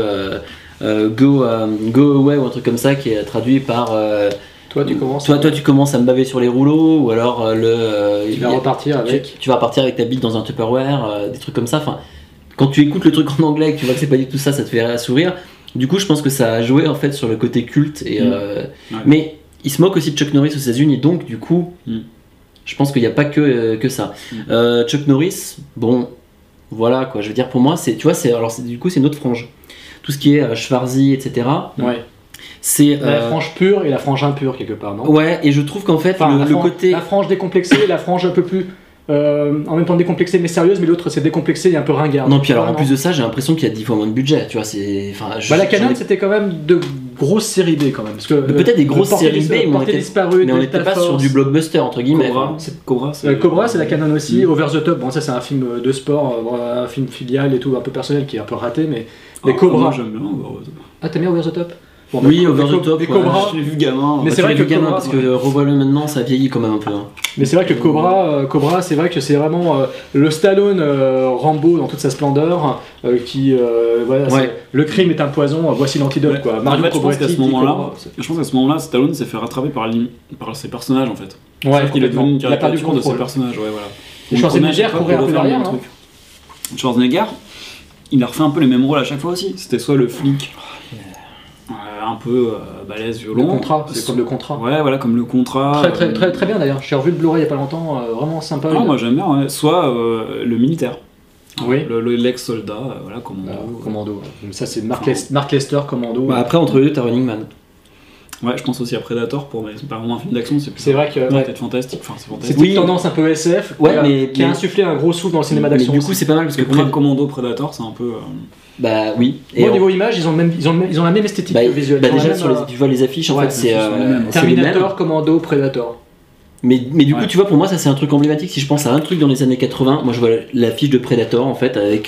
go away ou un truc comme ça qui est traduit par toi tu commences à me baver sur les rouleaux, ou alors tu vas repartir avec tu vas repartir avec ta bite dans un Tupperware, des trucs comme ça. Enfin, quand tu écoutes le truc en anglais et que tu vois que c'est pas du tout ça, ça te fait sourire. Du coup, je pense que ça a joué en fait sur le côté culte et mais il se moque aussi de Chuck Norris aux États-Unis, donc du coup je pense qu'il n'y a pas que ça. Chuck Norris, bon voilà quoi, je veux dire, pour moi c'est, tu vois, du coup c'est une autre frange. Tout ce qui est Schwarzy, etc. Ouais. C'est la frange pure et la frange impure quelque part, non? Ouais, et je trouve qu'en fait le côté la frange décomplexée, la frange un peu plus en même temps décomplexée mais sérieuse, mais l'autre c'est décomplexée et un peu ringard. Non, puis alors en plus de ça, j'ai l'impression qu'il y a 10 fois moins de budget, tu vois, c'est la Canon c'était quand même de grosses séries B quand même, parce que peut-être des grosses séries B, mais on n'était pas sur du blockbuster entre guillemets. Cobra, c'est la Canon aussi. Over the Top, bon ça c'est un film de sport, un film filial et tout, un peu personnel qui est un peu raté, mais Cobra. J'aime bien Over the Top. Ah, t'as mis Over the Top? Bon, oui, Over the Top. Cobra, j'ai vu gamin. Mais c'est vrai que gamin, parce que revois-le maintenant, ça vieillit quand même un peu. Mais c'est vrai que Cobra, c'est vrai que c'est vraiment le Stallone Rambo dans toute sa splendeur, qui voilà, le crime est un poison, voici l'antidote quoi. En fait, je pense qu'à ce moment-là, Stallone s'est fait rattraper par ses personnages en fait. Ouais, il a devenu une caricature de ses personnages. Ouais, voilà. Et Schwarzenegger courait un peu derrière, non? Schwarzenegger, il a refait un peu les mêmes rôles à chaque fois aussi. C'était soit le flic un peu balèze, violent. Le contrat, c'est comme le contrat. Ouais, voilà, comme le contrat. Très bien d'ailleurs. J'ai revu le Blu-ray il y a pas longtemps, vraiment sympa. Ah, moi j'aime bien, ouais. Soit le militaire. Oui. L'ex-soldat, voilà, Commando. Commando. Ça c'est Mark Lester, Commando. Bah, après, entre les deux, t'as Running Man. Ouais, je pense aussi à Predator, mais c'est pas vraiment un film d'action, c'est vrai que peut-être fantastique. Enfin, c'est fantastique. C'est une tendance un peu SF, qui a insufflé un gros souffle dans le cinéma d'action. Du coup, c'est pas mal parce que Commando, Predator, c'est un peu. Bah oui. Et au niveau image, ils ont la même esthétique visuelle. Bah déjà, tu vois les affiches, en fait, c'est Terminator, Commando, Predator. Mais du coup, tu vois, pour moi, ça c'est un truc emblématique. Si je pense à un truc dans les années 80, moi je vois l'affiche de Predator en fait, avec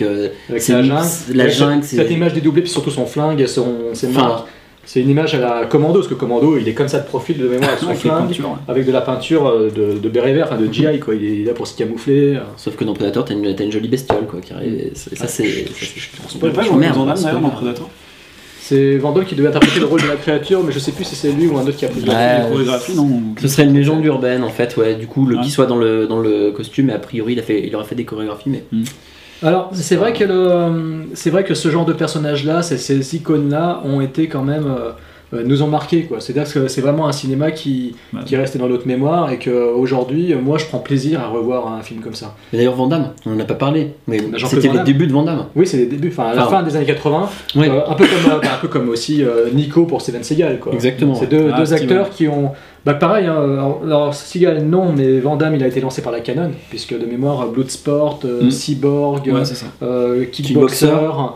la jungle. Cette image dédoublée, puis surtout son flingue, ses marques. C'est une image à la Commando, parce que Commando il est comme ça de profil de mémoire avec son flingue, avec de la peinture de béret vert, de GI quoi, il est là pour se camoufler. Sauf que dans Predator t'as une jolie bestiole quoi qui arrive, ça c'est. On peut pas jouer Van Damme d'ailleurs dans Predator. C'est Van Damme qui devait interpréter le rôle de la créature, mais je sais plus si c'est lui ou un autre qui a pris la chorégraphie, non? Ce serait une légende urbaine en fait, ouais. Du coup, qu'il soit dans le costume, et a priori, il aurait fait des chorégraphies, mais. Alors, c'est vrai que ce genre de personnages-là, ces icônes-là, ont été quand même. Nous ont marqué, quoi. C'est-à-dire que c'est vraiment un cinéma qui est resté dans notre mémoire et qu'aujourd'hui, moi, je prends plaisir à revoir un film comme ça. Et d'ailleurs, Van Damme, on n'en a pas parlé, mais c'était les débuts de Van Damme. Oui, c'est les débuts, la fin des années 80, ouais. un peu comme aussi Nico pour Steven Seagal, quoi. Exactement. C'est deux acteurs qui ont... pareil, hein, alors Seagal non, mais Van Damme il a été lancé par la Canon, puisque de mémoire Bloodsport, Cyborg, Kickboxer,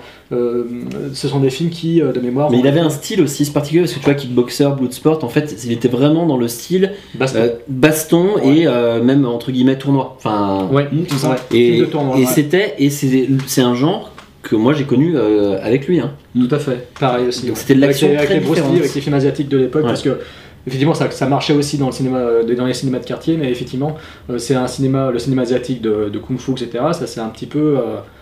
ce sont des films qui de mémoire... Mais il avait un style aussi particulier, parce que tu vois Kickboxer, Bloodsport, en fait il était vraiment dans le style baston ouais. Et même entre guillemets tournoi. Enfin, ouais, tout ça. Et tournoi, c'est un genre que moi j'ai connu avec lui. Hein. Tout à fait, pareil aussi. Donc, c'était de l'action avec très Bruce Lee, avec les films asiatiques de l'époque, ouais. Parce que effectivement, ça marchait aussi dans le cinéma, dans les cinémas de quartier, mais effectivement, c'est le cinéma asiatique de Kung Fu, etc. Ça c'est un petit peu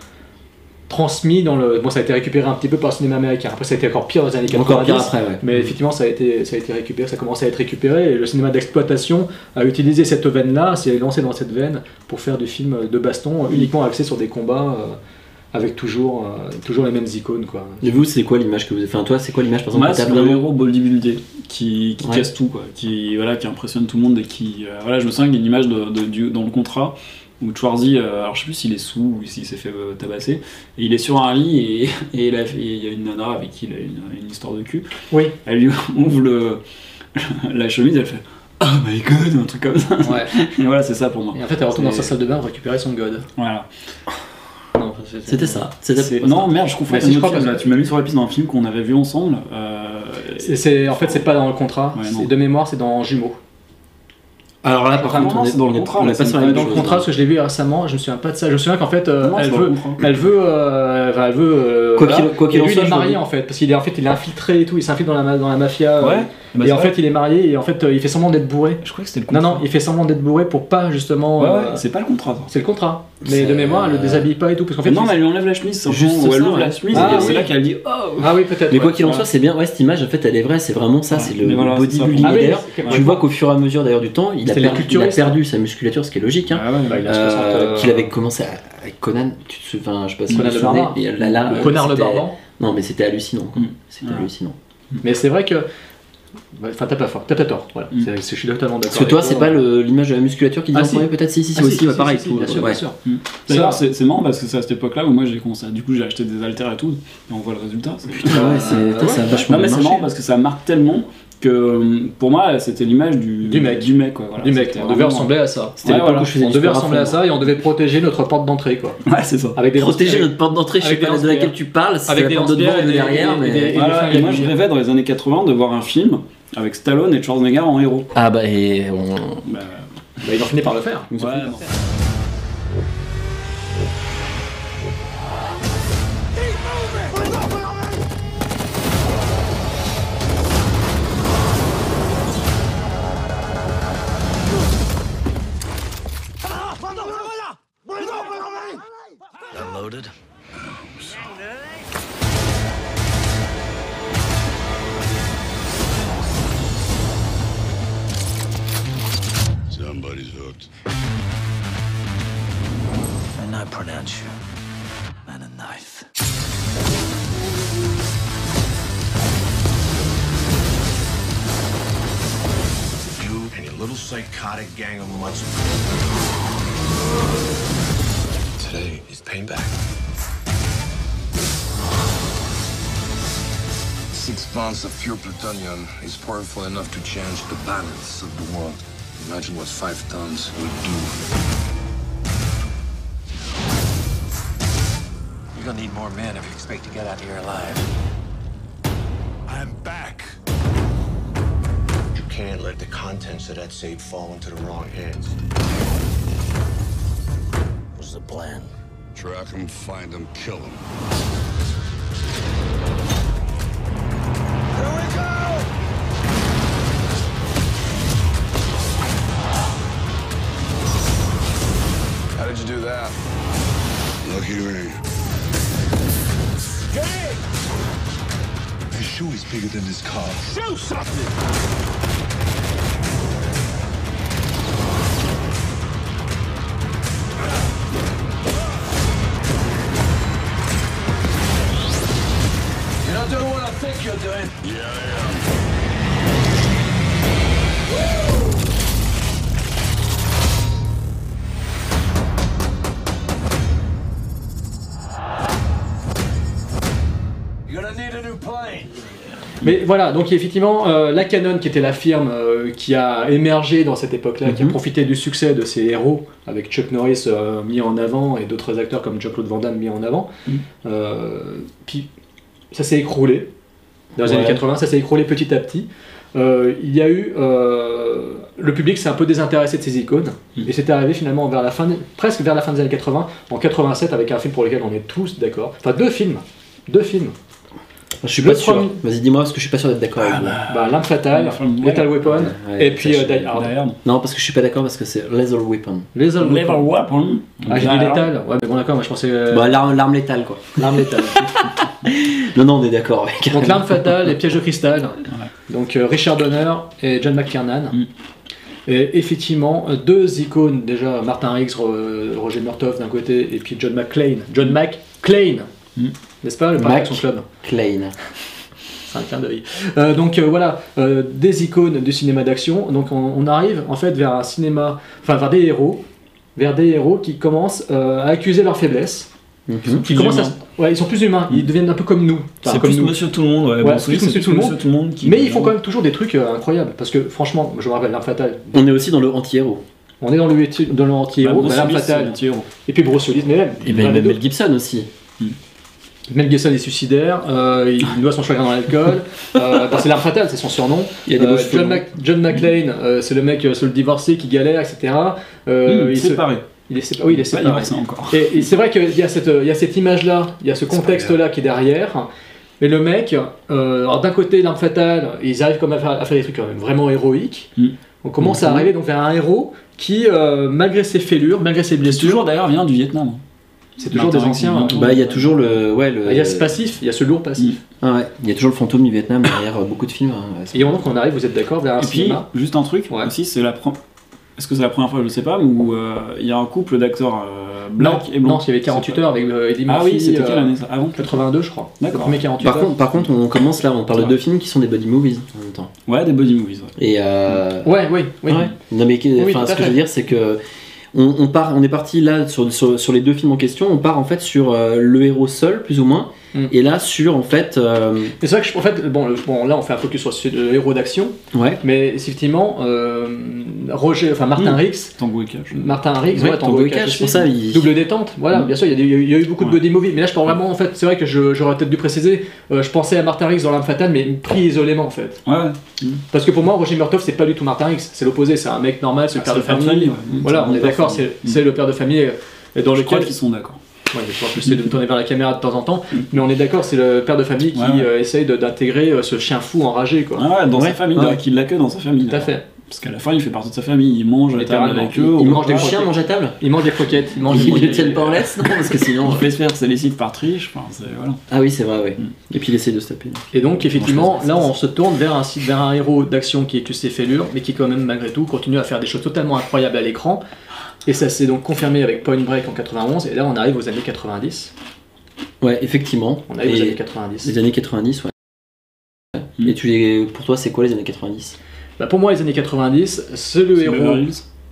transmis dans le. Bon, ça a été récupéré un petit peu par le cinéma américain. Après, ça a été encore pire dans les années 90. Encore pire après, ouais. Mais effectivement, ça a été récupéré, ça a commencé à être récupéré. Et le cinéma d'exploitation a utilisé cette veine-là, s'est lancé dans cette veine pour faire du film de baston uniquement axé sur des combats. Avec toujours les mêmes icônes, quoi. Et vous, c'est quoi l'image que vous avez fait? Enfin, toi, c'est quoi l'image, par exemple? Moi, c'est le héros bodybuildé qui casse tout, quoi. Qui impressionne tout le monde et qui... je me souviens qu'il y a une image dans le contrat où Schwarzy, alors je sais plus s'il est sous ou s'il s'est fait tabasser, et il est sur un lit et il y a une nana avec qui il a une histoire de cul. Oui. Elle lui ouvre la chemise, elle fait « Oh my god !» un truc comme ça. Ouais. Et voilà, c'est ça pour moi. Et en fait, elle retourne dans sa salle de bain pour récupérer son god. Voilà. C'était ça. Non, merde, je confonds. Tu m'as mis sur la piste d'un film qu'on avait vu ensemble. En fait, c'est pas dans le contrat. Ouais, de mémoire, c'est dans Jumeaux. Alors là, par contre, on est dans le contrat. On est pas sur la même chose. Dans le contrat, parce que je l'ai vu récemment, je me souviens pas de ça. Je me souviens qu'en fait, elle veut. Quoi qu'il en soit, il est marié en fait, parce qu'il est infiltré et tout. Il s'infiltre dans la mafia. Ouais. Et en fait, il est marié et en fait, il fait semblant d'être bourré. Je crois que c'était le contrat. Non, il fait semblant d'être bourré pour pas justement. Ouais, c'est pas le contrat. C'est le contrat. Mais de mémoire, elle le déshabille pas et tout, parce qu'en fait. Non, mais elle lui enlève la chemise. Juste elle ouvre la chemise et c'est là qu'elle dit oh. Ah oui, peut-être. Mais quoi qu'il en soit, c'est bien. Ouais, cette image, en fait, elle est vraie. C'est vraiment ça. C'est le bodybuilding. D'ailleurs, tu vois qu'au fur et à mesure d'ailleurs du temps, il a perdu sa musculature, ce qui est logique. Qu'il avait commencé avec Conan. Je sais pas si Conan le Barbare. Conan le Barbare. Non, mais c'était hallucinant. C'était hallucinant. Mais c'est vrai que. Enfin, t'as pas tort. Voilà. Je suis totalement d'accord. Parce que toi, c'est pas l'image de la musculature qui dit en premier, peut-être si, aussi, pareil. Bien sûr. D'ailleurs, c'est marrant parce que c'est à cette époque-là où moi j'ai commencé. Du coup, j'ai acheté des haltères et tout, et on voit le résultat. Putain, ça a vachement. Non, mais c'est marrant parce que ça marque tellement que pour moi, c'était l'image du mec, quoi. Du mec. On devait ressembler à ça. C'était l'époque où je faisais. On devait ressembler à ça et on devait protéger notre porte d'entrée, quoi. Ouais, c'est ça. Protéger notre porte d'entrée, je sais pas de laquelle tu parles. Avec des portes de devant et derrière. Et moi, je rêvais dans les années 80 de voir un film avec Stallone et Schwarzenegger en héros. Ah bah et ils ont fini par le faire. Unloaded? Somebody's hooked. And I pronounce you man a knife. You and your little psychotic gang of mutts. Today is payback. 6 months of pure plutonium is powerful enough to change the balance of the world. Imagine what 5 tons would do. You're gonna need more men if you expect to get out of here alive. I'm back. You can't let the contents of that safe fall into the wrong hands. What's the plan? Track him, find him, kill him. Here we go! How did you do that? Lucky me. Jake! shoe is bigger than this car. Shoot something! You're not doing what I think you're doing. Yeah, I am. You're gonna need a new plane. Mais voilà, donc effectivement, la Canon, qui était la firme qui a émergé dans cette époque-là, qui a profité du succès de ses héros, avec Chuck Norris mis en avant et d'autres acteurs comme Jean-Claude Van Damme mis en avant, puis ça s'est écroulé. Dans les années 80, ça s'est écroulé petit à petit. Il y a eu... le public s'est un peu désintéressé de ces icônes, et c'était arrivé finalement vers la fin, presque vers la fin des années 80, en 87, avec un film pour lequel on est tous d'accord. Enfin, deux films. Je suis pas sûr. Vas-y, dis-moi, parce que je suis pas sûr d'être d'accord avec vous. L'arme fatale, Lethal Weapon, et puis Die Hard. Non, parce que je suis pas d'accord, parce que c'est Lethal Weapon. Lethal Weapon. Ah, j'ai dit Lethal. Ouais, mais bon, d'accord, moi je pensais. Bah, l'arme létale, quoi. L'arme létale. Non, on est d'accord avec. Donc, l'arme fatale et Piège de cristal. Donc, Richard Donner et John McTiernan. Et effectivement, deux icônes déjà, Martin Riggs, Roger Murtaugh d'un côté, et puis John McClane. N'est-ce pas, le Parc son club McClane. C'est un clin d'œil. Donc voilà, des icônes du cinéma d'action. Donc on arrive en fait vers un cinéma, enfin vers des héros qui commencent à accuser leur faiblesse. Qui commencent ils sont plus humains, ils deviennent un peu comme nous. C'est plus Monsieur Tout le Monde, c'est plus Monsieur Tout le Monde. Mais ils font quand même toujours des trucs incroyables. Parce que franchement, je me rappelle l'arme fatale. On est aussi dans le anti-héros. On est dans le anti-héros, l'arme fatale. Et puis Bruce Willis, mais même. Et Mel Gibson aussi. Mel Gibson est suicidaire, il noie son chagrin dans l'alcool, c'est l'arme fatale, c'est son surnom. Il y a des John McClane, c'est le mec seul divorcé qui galère, etc. Il est séparé. Il est séparé. Et c'est vrai qu'il y a cette image-là, il y a ce contexte-là qui est derrière. Mais le mec, alors d'un côté, l'arme fatale, ils arrivent comme à faire des trucs quand même vraiment héroïques. On commence à arriver donc vers un héros qui, malgré ses fêlures, malgré ses blessures. Toujours d'ailleurs vient du Vietnam. C'est toujours des anciens. Bah, il y a toujours il y a ce passif, il y a ce lourd passif. Ah ouais, il y a toujours le fantôme du Vietnam derrière beaucoup de films. Et donc on arrive, vous êtes d'accord, vers un cinéma. Puis, juste un truc aussi, c'est est-ce que c'est la première fois, je sais pas, où il y a un couple d'acteurs blancs et blancs. Non, il y avait 48 heures avec Eddie Murphy. Ah oui, c'était quelle année ça? Avant 82, je crois. D'accord. Le premier 48 heures. Par contre, on commence là, on parle de deux films qui sont des buddy movies en même temps. Ouais, des buddy movies. Et oui. Non mais ce que je veux dire, c'est que on est parti là sur les deux films en question. On part en fait sur le héros seul, plus ou moins, et là sur en fait. Mais c'est vrai que en fait, bon, là on fait un focus sur le héros d'action. Ouais. Mais effectivement, Martin Riggs. Tango et Cash. Martin Riggs, Tango et Cash. C'est pour ça. Double détente. Voilà, bien sûr, il y a eu beaucoup de buddy movies. Mais là, je parle vraiment en fait. C'est vrai que j'aurais peut-être dû préciser. Je pensais à Martin Riggs dans L'Arme Fatale, mais pris isolément en fait. Ouais. Parce que pour moi, Roger Murtaugh, c'est pas du tout Martin Riggs. C'est l'opposé. C'est un mec normal, c'est le père de famille. Voilà, on est d'accord. C'est le père de famille dans lequel ils sont d'accord. Ouais, je crois que j'essaie de me tourner vers la caméra de temps en temps, mais on est d'accord, c'est le père de famille qui essaye d'intégrer ce chien fou enragé, quoi. Ah ouais, dans sa famille, qui l'accueille dans sa famille. Tout à fait. Parce qu'à la fin, il fait partie de sa famille, il mange à table avec eux. Il mange des chiens, mange à table. Il mange des croquettes. Ils ne tiennent pas en laisse, non, parce que sinon. Il fait se faire ses lessives par triche. Voilà. Ah oui, c'est vrai, oui. Et puis il essaie de se taper. Et donc, effectivement, là, on se tourne vers un héros d'action qui accuse ses fêlures, mais qui, quand même, malgré tout, continue à faire des choses totalement incroyables à l'écran. Et ça s'est donc confirmé avec Point Break en 91, et là on arrive aux années 90. Ouais, effectivement. On arrive aux années 90. Les années 90, ouais. Et pour toi, c'est quoi les années 90 ? Bah pour moi, les années 90, c'est le héros. Hein ?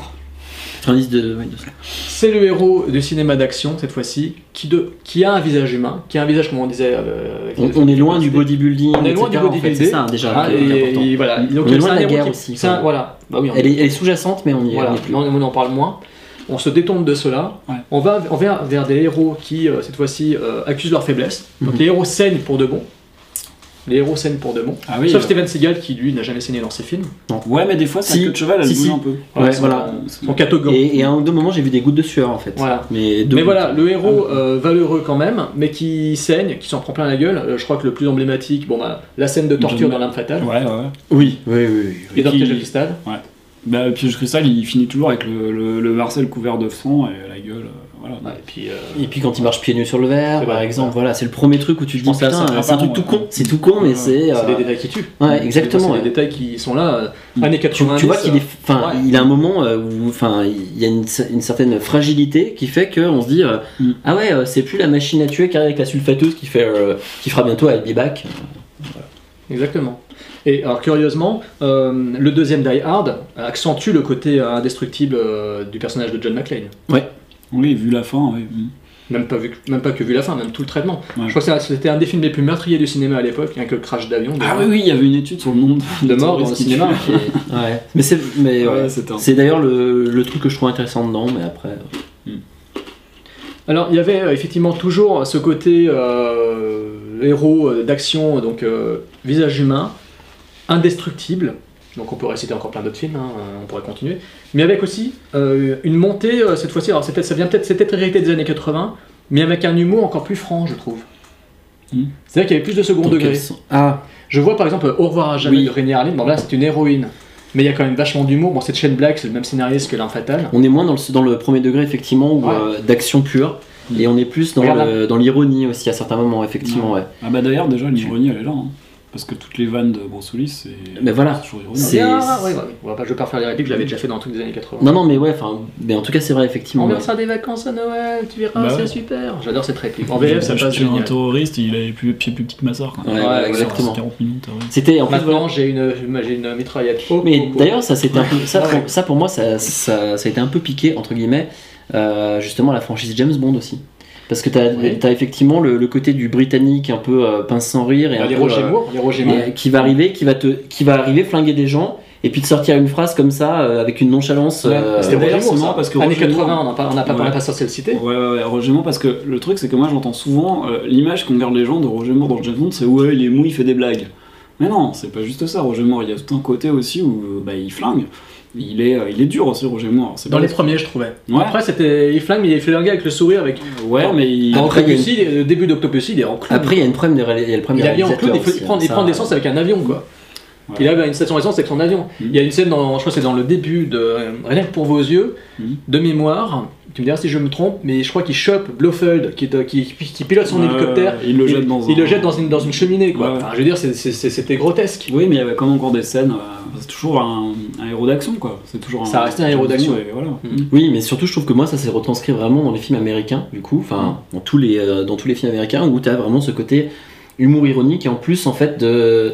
90 de ça. C'est le héros du cinéma d'action, cette fois-ci, qui a un visage humain, qui a un visage, comme on disait. On est loin du bodybuilding. On est loin du bodybuilding. C'est ça, déjà. Et voilà. Donc, on est loin de la guerre aussi. Voilà. Bah oui, elle est sous-jacente, mais on y est plus. On en parle moins. On se détourne de cela. Ouais. On va vers des héros qui, cette fois-ci, accusent leur faiblesse. Donc les héros saignent pour de bon. Les héros saignent pour de bon. Ah oui, sauf Steven Seagal qui lui n'a jamais saigné dans ses films. Non. Ouais, mais des fois sa queue de cheval elle bouge un peu. Ouais, voilà. Son catogan. Et à un ou deux moments j'ai vu des gouttes de sueur en fait. Voilà. Mais voilà, le héros valeureux quand même, mais qui saigne, qui s'en prend plein la gueule. Je crois que le plus emblématique, la scène de torture dans L'Arme Fatale. Ouais. Oui. Et dans Piège de cristal. Ouais. Piège de cristal, il finit toujours avec le Marcel couvert de sang et la gueule. voilà. Et puis quand il marche pieds nus sur le verre, par exemple, voilà, c'est le premier truc où tu te dis putain, c'est un truc tout con, c'est tout con, mais c'est des détails qui tuent. Ouais, exactement. C'est des détails qui sont là, années 90. Tu vois qu'il est, il a un moment où, il y a une certaine fragilité qui fait qu'on se dit, ah ouais, c'est plus la machine à tuer avec la sulfateuse qui fera bientôt I'll be back. Voilà. Exactement. Et alors curieusement, le deuxième Die Hard accentue le côté indestructible du personnage de John McClane. Ouais. Oui, vu la fin, oui. Même pas que vu la fin, même tout le traitement. Ouais. Je crois que c'était un des films les plus meurtriers du cinéma à l'époque, rien que le crash d'avion. Ah oui, il y avait une étude sur le nombre de morts dans le cinéma. Ouais. C'est d'ailleurs le truc que je trouve intéressant dedans, mais après. Alors il y avait effectivement toujours ce côté héros d'action, donc visage humain, indestructible. Donc on pourrait citer encore plein d'autres films, on pourrait continuer. Mais avec aussi une montée, cette fois-ci, alors c'est peut-être hérité des années 80, mais avec un humour encore plus franc, je trouve. C'est-à-dire qu'il y avait plus de second degré. Je vois par exemple Au revoir à jamais de Renée Harlin, bon là c'est une héroïne. Mais il y a quand même vachement d'humour. Bon, c'est Shane Black, c'est le même scénariste que L'Arme Fatale. On est moins dans le premier degré, effectivement, d'action pure. Et on est plus dans l'ironie aussi à certains moments, effectivement. Ouais. Ah bah d'ailleurs, déjà, l'ironie, elle est là. Parce que toutes les vannes de Bruce Willis, c'est toujours ironique. Je vais pas refaire les répliques, je l'avais déjà fait dans le truc des années 80. Non, mais mais en tout cas, c'est vrai, effectivement. On verra des vacances à Noël, tu verras, c'est super. J'adore cette réplique. En VF, ça passe génial. Un terroriste, il avait plus petite que ma soeur. Ouais, exactement. 40 minutes. Maintenant, j'ai une mitraillette. Mais d'ailleurs, ça pour moi, ça a été un peu piqué, entre guillemets, justement, la franchise James Bond aussi. Parce que t'as effectivement le côté du britannique un peu pince sans rire et les Roger Moore qui va arriver flinguer des gens et puis de sortir une phrase comme ça avec une nonchalance. C'était Roger Moore, parce que années 80, on n'a pas sorti le citer. Ouais, Roger Moore, parce que le truc c'est que moi j'entends souvent l'image qu'on garde les gens de Roger Moore dans James Bond, c'est ouais, il est mou, il fait des blagues. Mais non, c'est pas juste ça. Roger Moore, il y a tout un côté aussi où il flingue. Il est dur aussi, Roger Moore. Dans les premiers, je trouvais. Ouais. Après, il flingue, mais il fait un gars avec le sourire. Ouais, mais le début d'Octopussy, il est en clown. Après, il y a le problème des réalisateurs. Il prend l'essence avec un avion, quoi. Ouais. Il a une station d'essence avec son avion. Il y a une scène, je crois que c'est dans le début de Rien que pour vos yeux, de mémoire. Tu me diras si je me trompe, mais je crois qu'il chope Blofeld qui pilote son hélicoptère. Il le jette dans une cheminée, quoi. Ouais. Enfin, je veux dire, c'était grotesque. Oui, mais il y avait quand même encore des scènes. C'est toujours un héros d'action, quoi. Ça restait un héros d'action. Voilà. Oui, mais surtout, je trouve que moi, ça s'est retranscrit vraiment dans les films américains, du coup, enfin, dans tous les films américains où tu as vraiment ce côté humour ironique et en plus, en fait,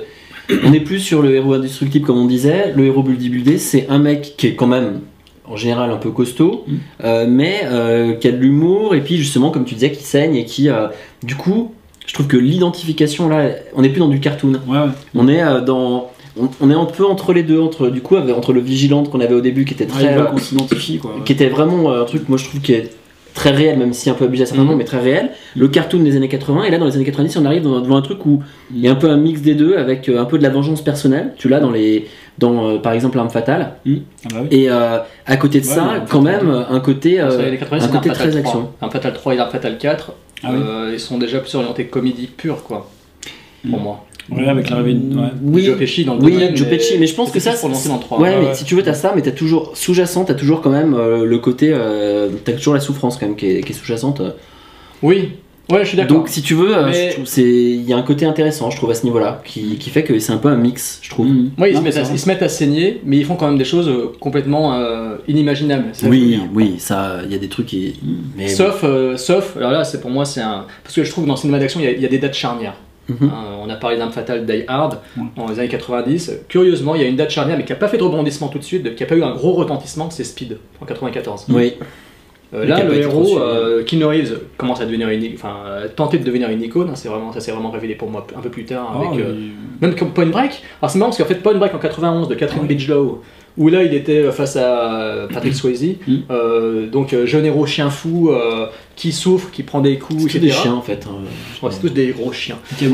on n'est plus sur le héros indestructible comme on disait. Le héros buildé, c'est un mec qui est quand même en général un peu costaud, mais qui a de l'humour et puis justement comme tu disais qui saigne et qui du coup je trouve que l'identification là, on n'est plus dans du cartoon. On est on est un peu entre les deux, entre le Vigilante qu'on avait au début qui était très qu'on s'identifie, quoi, qui était vraiment un truc moi je trouve qui est très réel, même si un peu abusé à certains moments, mais très réel. Le cartoon des années 80, et là dans les années 90, on arrive devant un truc où il y a un peu un mix des deux, avec un peu de la vengeance personnelle. Tu l'as dans par exemple L'Arme Fatale. Et à côté de ça, quand même, un côté très action. L'Arme Fatale 3 et L'Arme Fatale 4, ils sont déjà plus orientés comédie pure, quoi, pour moi. Ouais, avec l'arrivée de Joe Pesci dans le deuxième. Joe Pesci, mais je pense que ça pour lancer dans le 3. Mais si tu veux, t'as ça, mais t'as toujours sous-jacent, t'as toujours quand même le côté, t'as toujours la souffrance quand même qui est sous-jacente. Oui, je suis d'accord. Donc si tu veux, il y a un côté intéressant, je trouve, à ce niveau-là, qui fait que c'est un peu un mix, je trouve. Oui, ils se mettent à saigner, mais ils font quand même des choses complètement inimaginables. Oui, ça, il y a des trucs qui. Sauf, alors là, pour moi, c'est un. Parce que je trouve que dans le cinéma d'action, il y a des dates charnières. On a parlé d'Arme Fatale, Die Hard dans les années 90. Curieusement, il y a une date charnière, mais qui n'a pas fait de rebondissement tout de suite, qui n'a pas eu un gros retentissement, c'est Speed en 94. Oui. Là, le héros, Keanu Reeves, commence à devenir tenter de devenir une icône. Ça s'est vraiment révélé pour moi un peu plus tard, avec même comme Point Break. Alors c'est marrant parce qu'en fait, Point Break en 91 de Catherine Bigelow, où là il était face à Patrick Swayze, donc jeune héros chien fou qui souffre, qui prend des coups, etc. C'est des chiens en fait. C'est tous des gros chiens.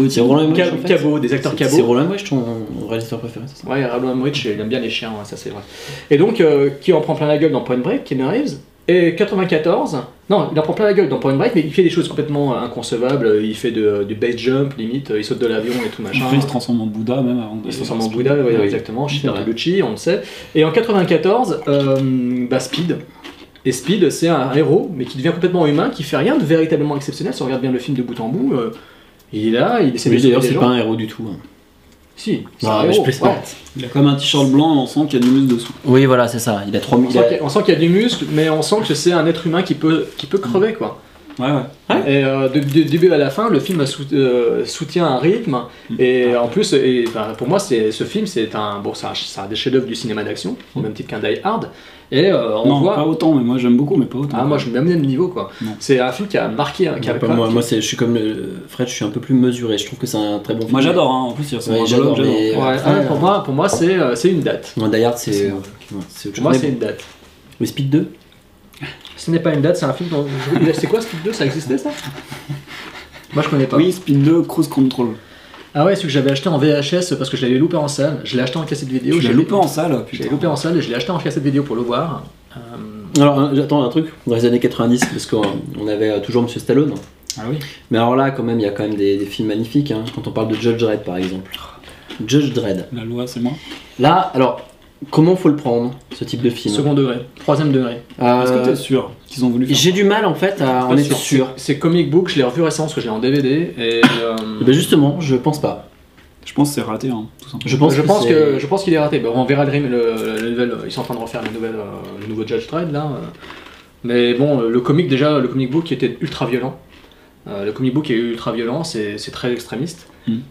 Cabot, des acteurs Cabot. C'est Roland Emmerich ton réalisateur préféré, c'est ça? Ouais, Roland Emmerich, il aime bien les chiens, ça c'est vrai. Et donc, qui en prend plein la gueule dans Point Break, Keanu Reeves. Et 94, non, il en prend plein la gueule dans Point Break, mais il fait des choses complètement inconcevables. Il fait du base jump, limite, il saute de l'avion et tout machin. Après, il se transforme en Bouddha même avant de. Il se transforme en Bouddha, exactement, chez Bertolucci, on le sait. Et en 94, Speed. Et Speed, c'est un héros, mais qui devient complètement humain, qui fait rien de véritablement exceptionnel. Si on regarde bien le film de bout en bout, il est là, il essaie de sauver d'ailleurs, des c'est gens. pas un héros du tout. Si, c'est Non, un mais héros. je plaisante. Ouais. Il a comme un t-shirt blanc, on sent qu'il y a du muscle dessous. Oui, voilà, c'est ça. Il a 3000. On sent qu'il y a du muscle, mais on sent que c'est un être humain qui peut crever, quoi. Ouais. Et du début à la fin, le film soutient un rythme. Et en plus, pour moi, ce film, c'est un des chefs-d'œuvre du cinéma d'action, au même titre qu'un Die Hard. Et on non, voit. Pas autant, mais moi j'aime beaucoup, mais pas autant. Ah, moi je mets même le niveau, quoi. C'est un film qui a marqué. Moi, je suis comme Fred, je suis un peu plus mesuré. Je trouve que c'est un très bon film. Moi j'adore, hein. En plus il ressemble à un j'adore. dialogue, j'adore. Pour moi, c'est une date. Moi, Die Hard, c'est. Pour moi, c'est une date. Le Speed 2 Ce n'est pas une date, c'est un film. C'est quoi Speed 2? Ça existait, ça? Moi je connais pas. Oui, Speed 2, Cruise Control. Ah ouais, celui que j'avais acheté en VHS parce que je l'avais loupé en salle. Je l'ai acheté en cassette vidéo. Je l'ai loupé en salle. Je l'ai loupé en salle et je l'ai acheté en cassette vidéo pour le voir. Alors, j'attends un truc dans les années 90 parce qu'on avait toujours Monsieur Stallone. Ah oui. Mais alors là, quand même, il y a quand même des films magnifiques. Hein, quand on parle de Judge Dredd, par exemple. Judge Dredd. La loi, c'est moi. Là, alors, comment faut le prendre, ce type de film? Second degré, troisième degré. Est-ce que t'es sûr qu'ils ont voulu faire J'ai du mal en fait à en être sûr. C'est comic book, je l'ai revu récemment parce que je l'ai en DVD. Et ben justement, je pense pas. Je pense que c'est raté, hein, tout simplement. Je pense qu'il est raté. Bon, on verra le nouvel. Ils sont en train de refaire le nouveau Judge Dredd là. Mais bon, le comic book était ultra violent. Le comic book est ultra violent, c'est très extrémiste.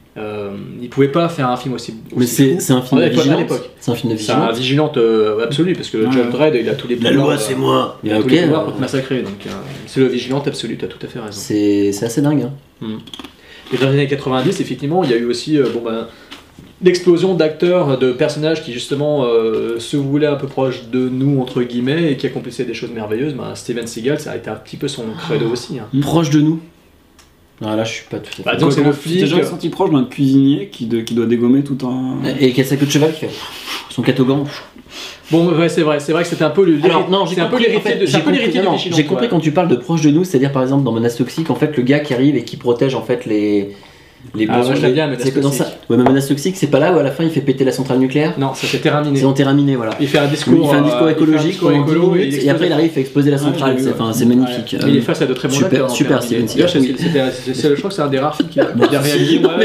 Ils pouvaient pas faire un film aussi. Mais c'est un film de vigilante. C'est un film de vigilante. C'est un vigilante absolu parce que le Judge Dredd il a tous les pouvoirs. La loi c'est moi. Il a tous les pouvoirs pour te massacrer. Donc c'est le vigilante absolu. T'as tout à fait raison. C'est assez dingue. Hein. Et dans les années 90, effectivement, il y a eu aussi l'explosion d'acteurs, de personnages qui justement se voulaient un peu proches de nous, entre guillemets, et qui accomplissaient des choses merveilleuses. Steven Seagal, ça a été un petit peu son credo aussi. Hein. Proche de nous? Ah, là, je suis pas tout à fait. Donc c'est le flic. T'es déjà senti proche d'un cuisinier qui doit dégommer tout un. Et qui a sa queue de cheval qui fait son catogan. Bon, ouais, c'est vrai que c'était un peu l'héritier de. J'ai compris quand tu parles de proche de nous, c'est-à-dire par exemple dans Menace Toxique, en fait, le gars qui arrive et qui protège en fait les moi je l'aime bien, Menace Toxique. Ouais, mais Menace Toxique, c'est pas là où à la fin il fait péter la centrale nucléaire? Non, ça c'est Terraminé. C'est dans Terraminé, voilà. Il fait un discours écologique pendant 10 minutes et après il arrive à exploser la centrale. C'est magnifique. Il est face à de très bons acteurs. Super, Steven Seagal. Je crois que c'est un des rares films qu'il a réalisé. Non,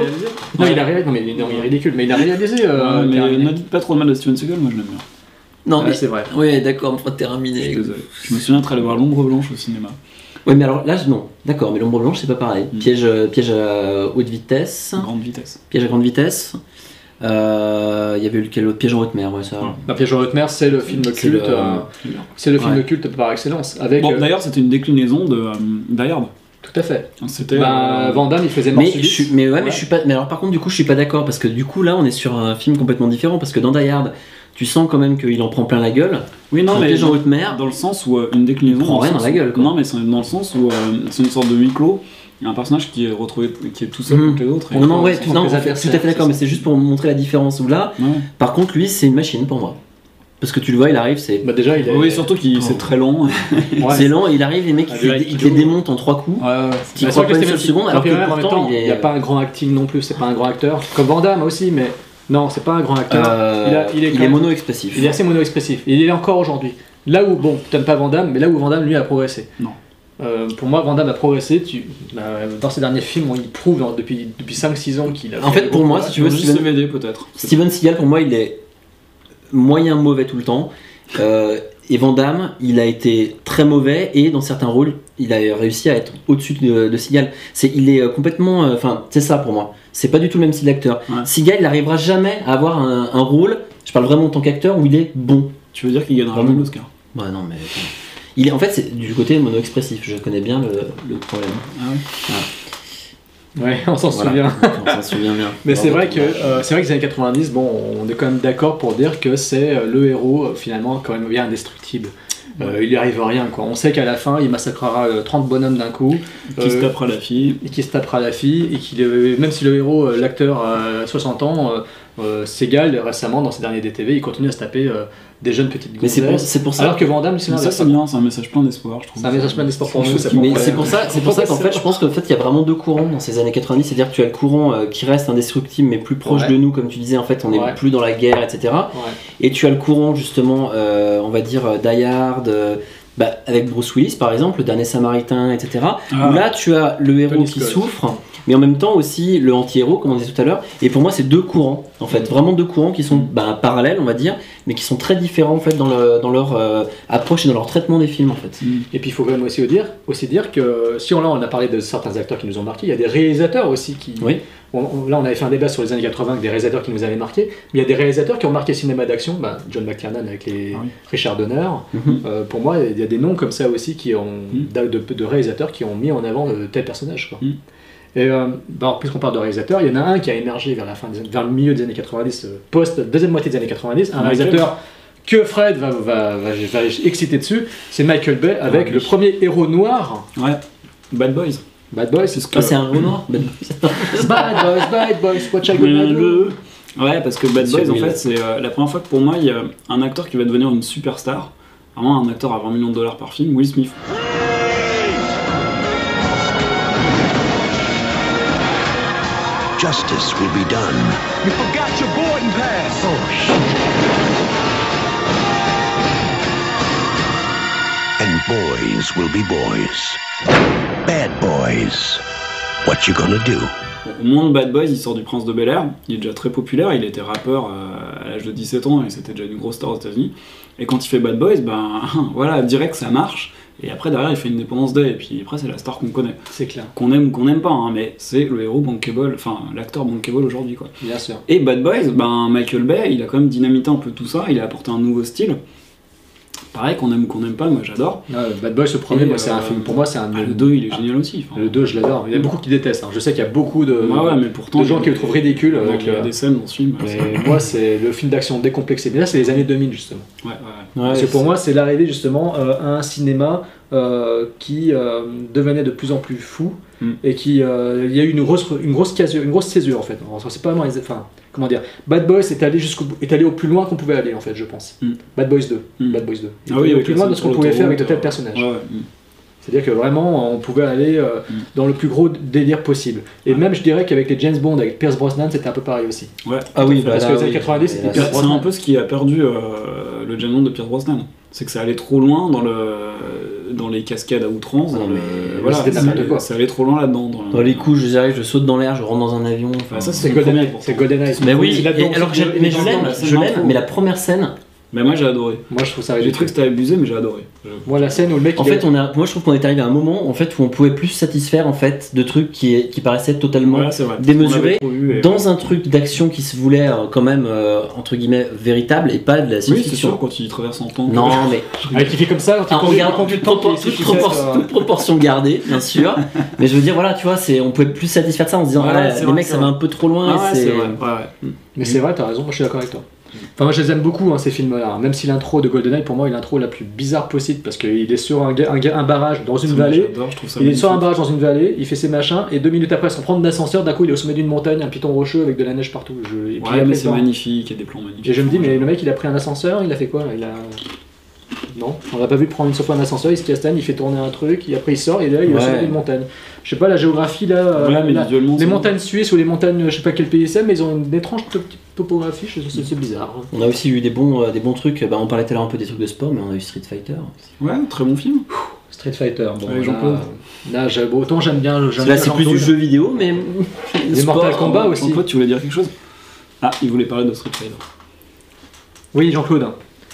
il a réalisé. Non, mais il est ridicule. Mais il a réalisé. Mais ne dites pas trop de mal de Steven Seagal, moi je l'aime bien. Non, mais c'est vrai. Oui, d'accord, on fera Terminé. Je me souviens très d'aller voir L'Ombre Blanche au cinéma. Oui, mais alors là, non, d'accord, mais l'ombre blanche, c'est pas pareil. Piège à haute vitesse. Grande vitesse. Piège à grande vitesse. Il y avait lequel autre? Piège en haute mer, ouais, ça. Piège en haute mer, c'est le film culte. C'est le film culte par excellence. Bon, d'ailleurs, c'était une déclinaison de Die Hard. Tout à fait. C'était. Van Damme, il faisait mort subite. Mais je suis pas. Mais alors, par contre, du coup, je suis pas d'accord parce que du coup, là, on est sur un film complètement différent parce que dans Die Hard, tu sens quand même qu'il en prend plein la gueule. Oui, non, mais Piège en haute mer. Dans le sens où une déclinaison. Il prend rien dans la gueule, quoi. Non, mais c'est dans le sens où c'est une sorte de huis clos. Il y a un personnage qui est retrouvé, qui est tout seul contre les autres. Tout à fait d'accord, mais c'est juste pour montrer la différence. Où là, par contre, lui, c'est une machine pour moi. Parce que tu le vois, il arrive, c'est. Déjà, il est. Oui, surtout qu'il c'est très lent. C'est lent, il arrive, les mecs, il te les démonte en 3 coups. Tu crois pas une seule seconde, alors que pourtant, il n'y a pas un grand acting non plus, c'est pas un grand acteur. Comme Van Damme aussi, mais. Non, c'est pas un grand acteur. Il est mono-expressif. Il est assez mono-expressif. Il est encore aujourd'hui. Là où, bon, t'aimes pas Van Damme, mais là où Van Damme, lui, a progressé. Non. Pour moi, Van Damme a progressé. Dans ses derniers films, il prouve depuis 5-6 ans qu'il a. En fait, pour moi, si tu veux, Steven Seagal, pour moi, il est moyen mauvais tout le temps. Et Van Damme, il a été très mauvais et dans certains rôles, il a réussi à être au-dessus de Seagal. Il est complètement. Enfin, c'est ça pour moi. C'est pas du tout le même style d'acteur. Seagal, il n'arrivera jamais à avoir un rôle, je parle vraiment en tant qu'acteur, où il est bon. Tu veux dire qu'il gagnera jamais l'Oscar? Ouais, non, mais. Il est, en fait, c'est du côté mono-expressif. Je connais bien le problème. Ah ouais. Ouais, on s'en souvient. On s'en souvient bien. Mais c'est vrai que les années 90, bon, on est quand même d'accord pour dire que c'est le héros finalement quand même bien indestructible. Il lui arrive rien, quoi. On sait qu'à la fin, il massacrera 30 bonhommes d'un coup. Qui se tapera la fille. Et qui se tapera la fille. Et qui, même si le héros, l'acteur, a 60 ans, Seagal, récemment, dans ses derniers DTV, il continue à se taper des jeunes petites gonzesses. Mais c'est pour ça. Alors que Van Damme, c'est bien, c'est un message plein d'espoir, je trouve. C'est un message plein d'espoir pour nous. Mais c'est pour ça qu'en fait, je pense qu'en fait, il y a vraiment deux courants dans ces années 90. C'est-à-dire que tu as le courant qui reste indestructible, mais plus proche de nous, comme tu disais, en fait, on n'est plus dans la guerre, etc. Et tu as le courant, justement, on va dire, Die Hard, avec Bruce Willis par exemple, le dernier Samaritain, etc. Ah. Où là tu as le héros Tony qui Scott. souffre, mais en même temps aussi le anti-héros, comme on disait tout à l'heure. Et pour moi, c'est deux courants, en fait, vraiment deux courants qui sont parallèles, on va dire, mais qui sont très différents en fait dans leur approche et dans leur traitement des films en fait. Et puis il faut quand même aussi dire que si on a parlé de certains acteurs qui nous ont marqués, il y a des réalisateurs aussi qui. Oui. Là, on avait fait un débat sur les années 80 avec des réalisateurs qui nous avaient marqués, mais il y a des réalisateurs qui ont marqué le cinéma d'action, John McTiernan avec les Richard Donner. Pour moi, il y a des noms comme ça aussi qui ont de réalisateurs qui ont mis en avant tel personnage, quoi. Et puisqu'on parle de réalisateurs, il y en a un qui a émergé vers le milieu des années 90, deuxième moitié des années 90, un réalisateur que Fred va exciter dessus, c'est Michael Bay avec le premier héros noir. Ouais, Bad Boys. Bad Boys, c'est ce que... c'est un héros noir. Bad Boys, what I gonna do? Ouais, parce que Bad Boys, en fait, c'est la première fois que pour moi, il y a un acteur qui va devenir une superstar. Vraiment un acteur à 20 millions de dollars par film, Will Smith. Justice will be done. You forgot your boarding pass. Oh, shit. And boys will be boys. Bad boys. What you gonna do? Au moment de Bad Boys, il sort du Prince de Bel-Air, il est déjà très populaire, il était rappeur à l'âge de 17 ans et c'était déjà une grosse star aux États-Unis. Et quand il fait Bad Boys, voilà, direct ça marche. Et après derrière il fait Independence Day et puis après c'est la star qu'on connaît. C'est clair. Qu'on aime ou qu'on n'aime pas, hein, mais c'est le héros bankable, enfin l'acteur bankable aujourd'hui quoi. Bien sûr. Et Bad Boys, Michael Bay, il a quand même dynamité un peu tout ça, il a apporté un nouveau style. Pareil, qu'on aime ou qu'on n'aime pas, moi j'adore. Bad Boys, le premier, c'est un film, pour moi c'est un... le 2 il est génial aussi. Le 2 je l'adore, il y a beaucoup qui détestent, je sais qu'il y a beaucoup de, mais pourtant, de gens qui le trouvent ridicule. Il y a des scènes dans ce film. Mais moi c'est le film d'action décomplexé, mais là c'est les années 2000 justement. Parce que pour moi c'est l'arrivée justement à un cinéma qui devenait de plus en plus fou et qui il y a eu une grosse césure en fait. C'est pas vraiment, comment dire, Bad Boys est allé au plus loin qu'on pouvait aller en fait, je pense. Bad Boys 2. Bad Boys 2. Ah oui, au plus loin de ce qu'on pouvait faire avec de tels personnages. C'est-à-dire que vraiment on pouvait aller dans le plus gros délire possible. Et même je dirais qu'avec les James Bond, avec Pierce Brosnan, c'était un peu pareil aussi. Ouais. Ah oui, parce que les années 90, c'était Pierce Brosnan. C'est un peu ce qui a perdu le James Bond de Pierce Brosnan. C'est que ça allait trop loin dans les cascades à outrance. Voilà, c'était n'importe quoi. Ça allait trop loin là-dedans. Dans les coups, je saute dans l'air, je rentre dans un avion. Ça c'est GoldenEye. C'est GoldenEye. Mais oui, alors je l'aime, mais la première scène. Mais moi j'ai adoré. Moi je trouve ça ridicule. J'ai cru que c'était abusé, mais j'ai adoré. Moi la scène où le mec. En fait, moi je trouve qu'on est arrivé à un moment en fait où on pouvait plus se satisfaire en fait de trucs qui paraissaient totalement démesurés dans un truc d'action qui se voulait quand même entre guillemets véritable et pas de la science-fiction. Oui, c'est sûr quand il traverse en temps. Non mais avec il fait comme ça, on regarde toute proportion gardée, bien sûr. Mais je veux dire voilà, tu vois, on pouvait plus se satisfaire de ça en se disant les mecs ça va un peu trop loin. Mais c'est vrai, t'as raison, moi je suis d'accord avec toi. Enfin, moi je les aime beaucoup ces films-là, même si l'intro de GoldenEye pour moi est l'intro la plus bizarre possible parce qu'il est sur un barrage dans une vallée. Il est sur un barrage dans une vallée, il fait ses machins et 2 minutes après, sans prendre d'ascenseur, d'un coup il est au sommet d'une montagne, un piton rocheux avec de la neige partout. Mais c'est magnifique, il y a des plans magnifiques. Et je me dis, mais le mec il a pris un ascenseur, il a fait quoi? Non, on l'a pas vu prendre une seule fois un ascenseur, il se castagne, il fait tourner un truc, et après il sort et là il est au sommet d'une montagne. Je sais pas la géographie là, les montagnes suisses ou les montagnes, je sais pas quel pays c'est, mais ils ont une étrange topographie, c'est bizarre. On a aussi eu des bons trucs, on parlait tout à l'heure un peu des trucs de sport, mais on a eu Street Fighter aussi. Ouais, très bon film. Street Fighter, bon, là autant j'aime bien. Là c'est plus du jeu vidéo, mais. Les Mortal Kombat aussi. Jean-Claude, tu voulais dire quelque chose? Ah, il voulait parler de Street Fighter. Oui, Jean-Claude.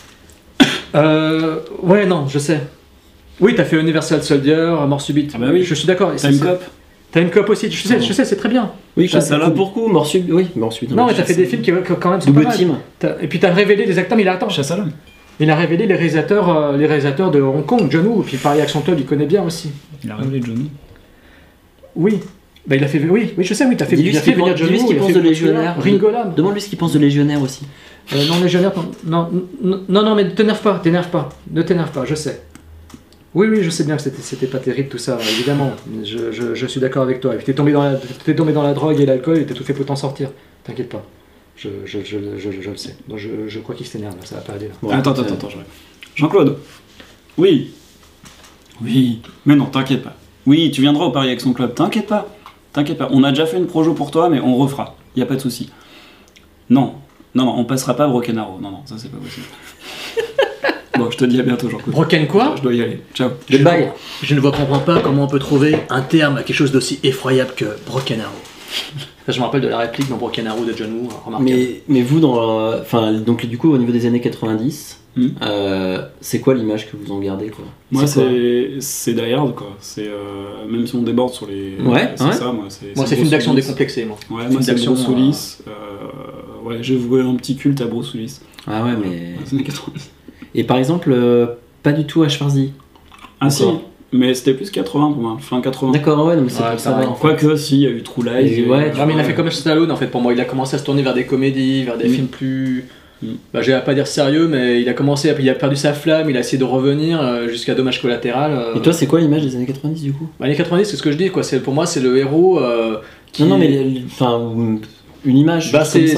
Ouais, non, je sais. Oui, t'as fait Universal Soldier, Mort Subite. Ah bah oui, je suis d'accord. Time Cop. Time Cop aussi, je sais, c'est très bien. Oui, ça là pour coup, Mort Subite. Non, mais t'as fait des films qui quand même sont Double Team. Et puis t'as révélé des acteurs, mais il attend. Chasse à l'homme. Il a révélé les réalisateurs de Hong Kong, John Woo, puis Paris Action Club, il connaît bien aussi. Il a révélé John Woo. Oui. Bah il a fait, oui, je sais, oui, t'as fait. Dis-lui ce qu'il pense de Légionnaire. Ringo Lam. Demande-lui ce qu'il pense de Légionnaire aussi. Non, Légionnaire, non, mais ne t'énerve pas, ne t'énerve pas, je sais. Oui, je sais bien que c'était pas terrible tout ça, évidemment. Je suis d'accord avec toi. Et puis t'es tombé dans la drogue et l'alcool et t'as tout fait pour t'en sortir. T'inquiète pas. Je le sais. Donc je crois qu'il s'énerve là, ça va pas aller là. Bon, attends, Jean-Claude. Oui. Mais non, t'inquiète pas. Oui, tu viendras au Paris Action Club, t'inquiète pas. On a déjà fait une projo pour toi, mais on refera. Y a pas de souci. Non, on passera pas à Broken Arrow. Non, ça c'est pas possible. Bon, je te dis à bientôt, Jean-Claude. Broken quoi? Je dois y aller. Ciao. Goodbye. Je ne comprends pas comment on peut trouver un terme à quelque chose d'aussi effroyable que Broken Arrow. Ça, je me rappelle de la réplique dans Broken Arrow de John Woo, remarquable. Mais vous, enfin, donc du coup, au niveau des années 90, c'est quoi l'image que vous en gardez, quoi? Moi, c'est Die Hard, quoi. C'est même si on déborde sur les. C'est ça, moi. C'est film d'action décomplexé, moi. Ouais, moi, c'est Bruce Willis. Ouais, j'ai voué un petit culte à Bruce Willis. Ah ouais, mais. Les années 90. Et par exemple, pas du tout à Schwarzy. Ah si. Mais c'était plus 80 pour moi, fin 80. D'accord, ouais, mais c'est pour ça. Quoique, si, il y a eu True Lies. Ouais, mais il a fait comme Stallone en fait, pour moi. Il a commencé à se tourner vers des comédies, vers des films plus. Bah, je vais pas dire sérieux, mais il a commencé, il a perdu sa flamme, il a essayé de revenir jusqu'à Dommage collatéral. Et toi, c'est quoi l'image des années 90 du coup? Bah, les 90, c'est ce que je dis, quoi. Pour moi, c'est le héros qui. Non, mais enfin, une image. Bah, c'est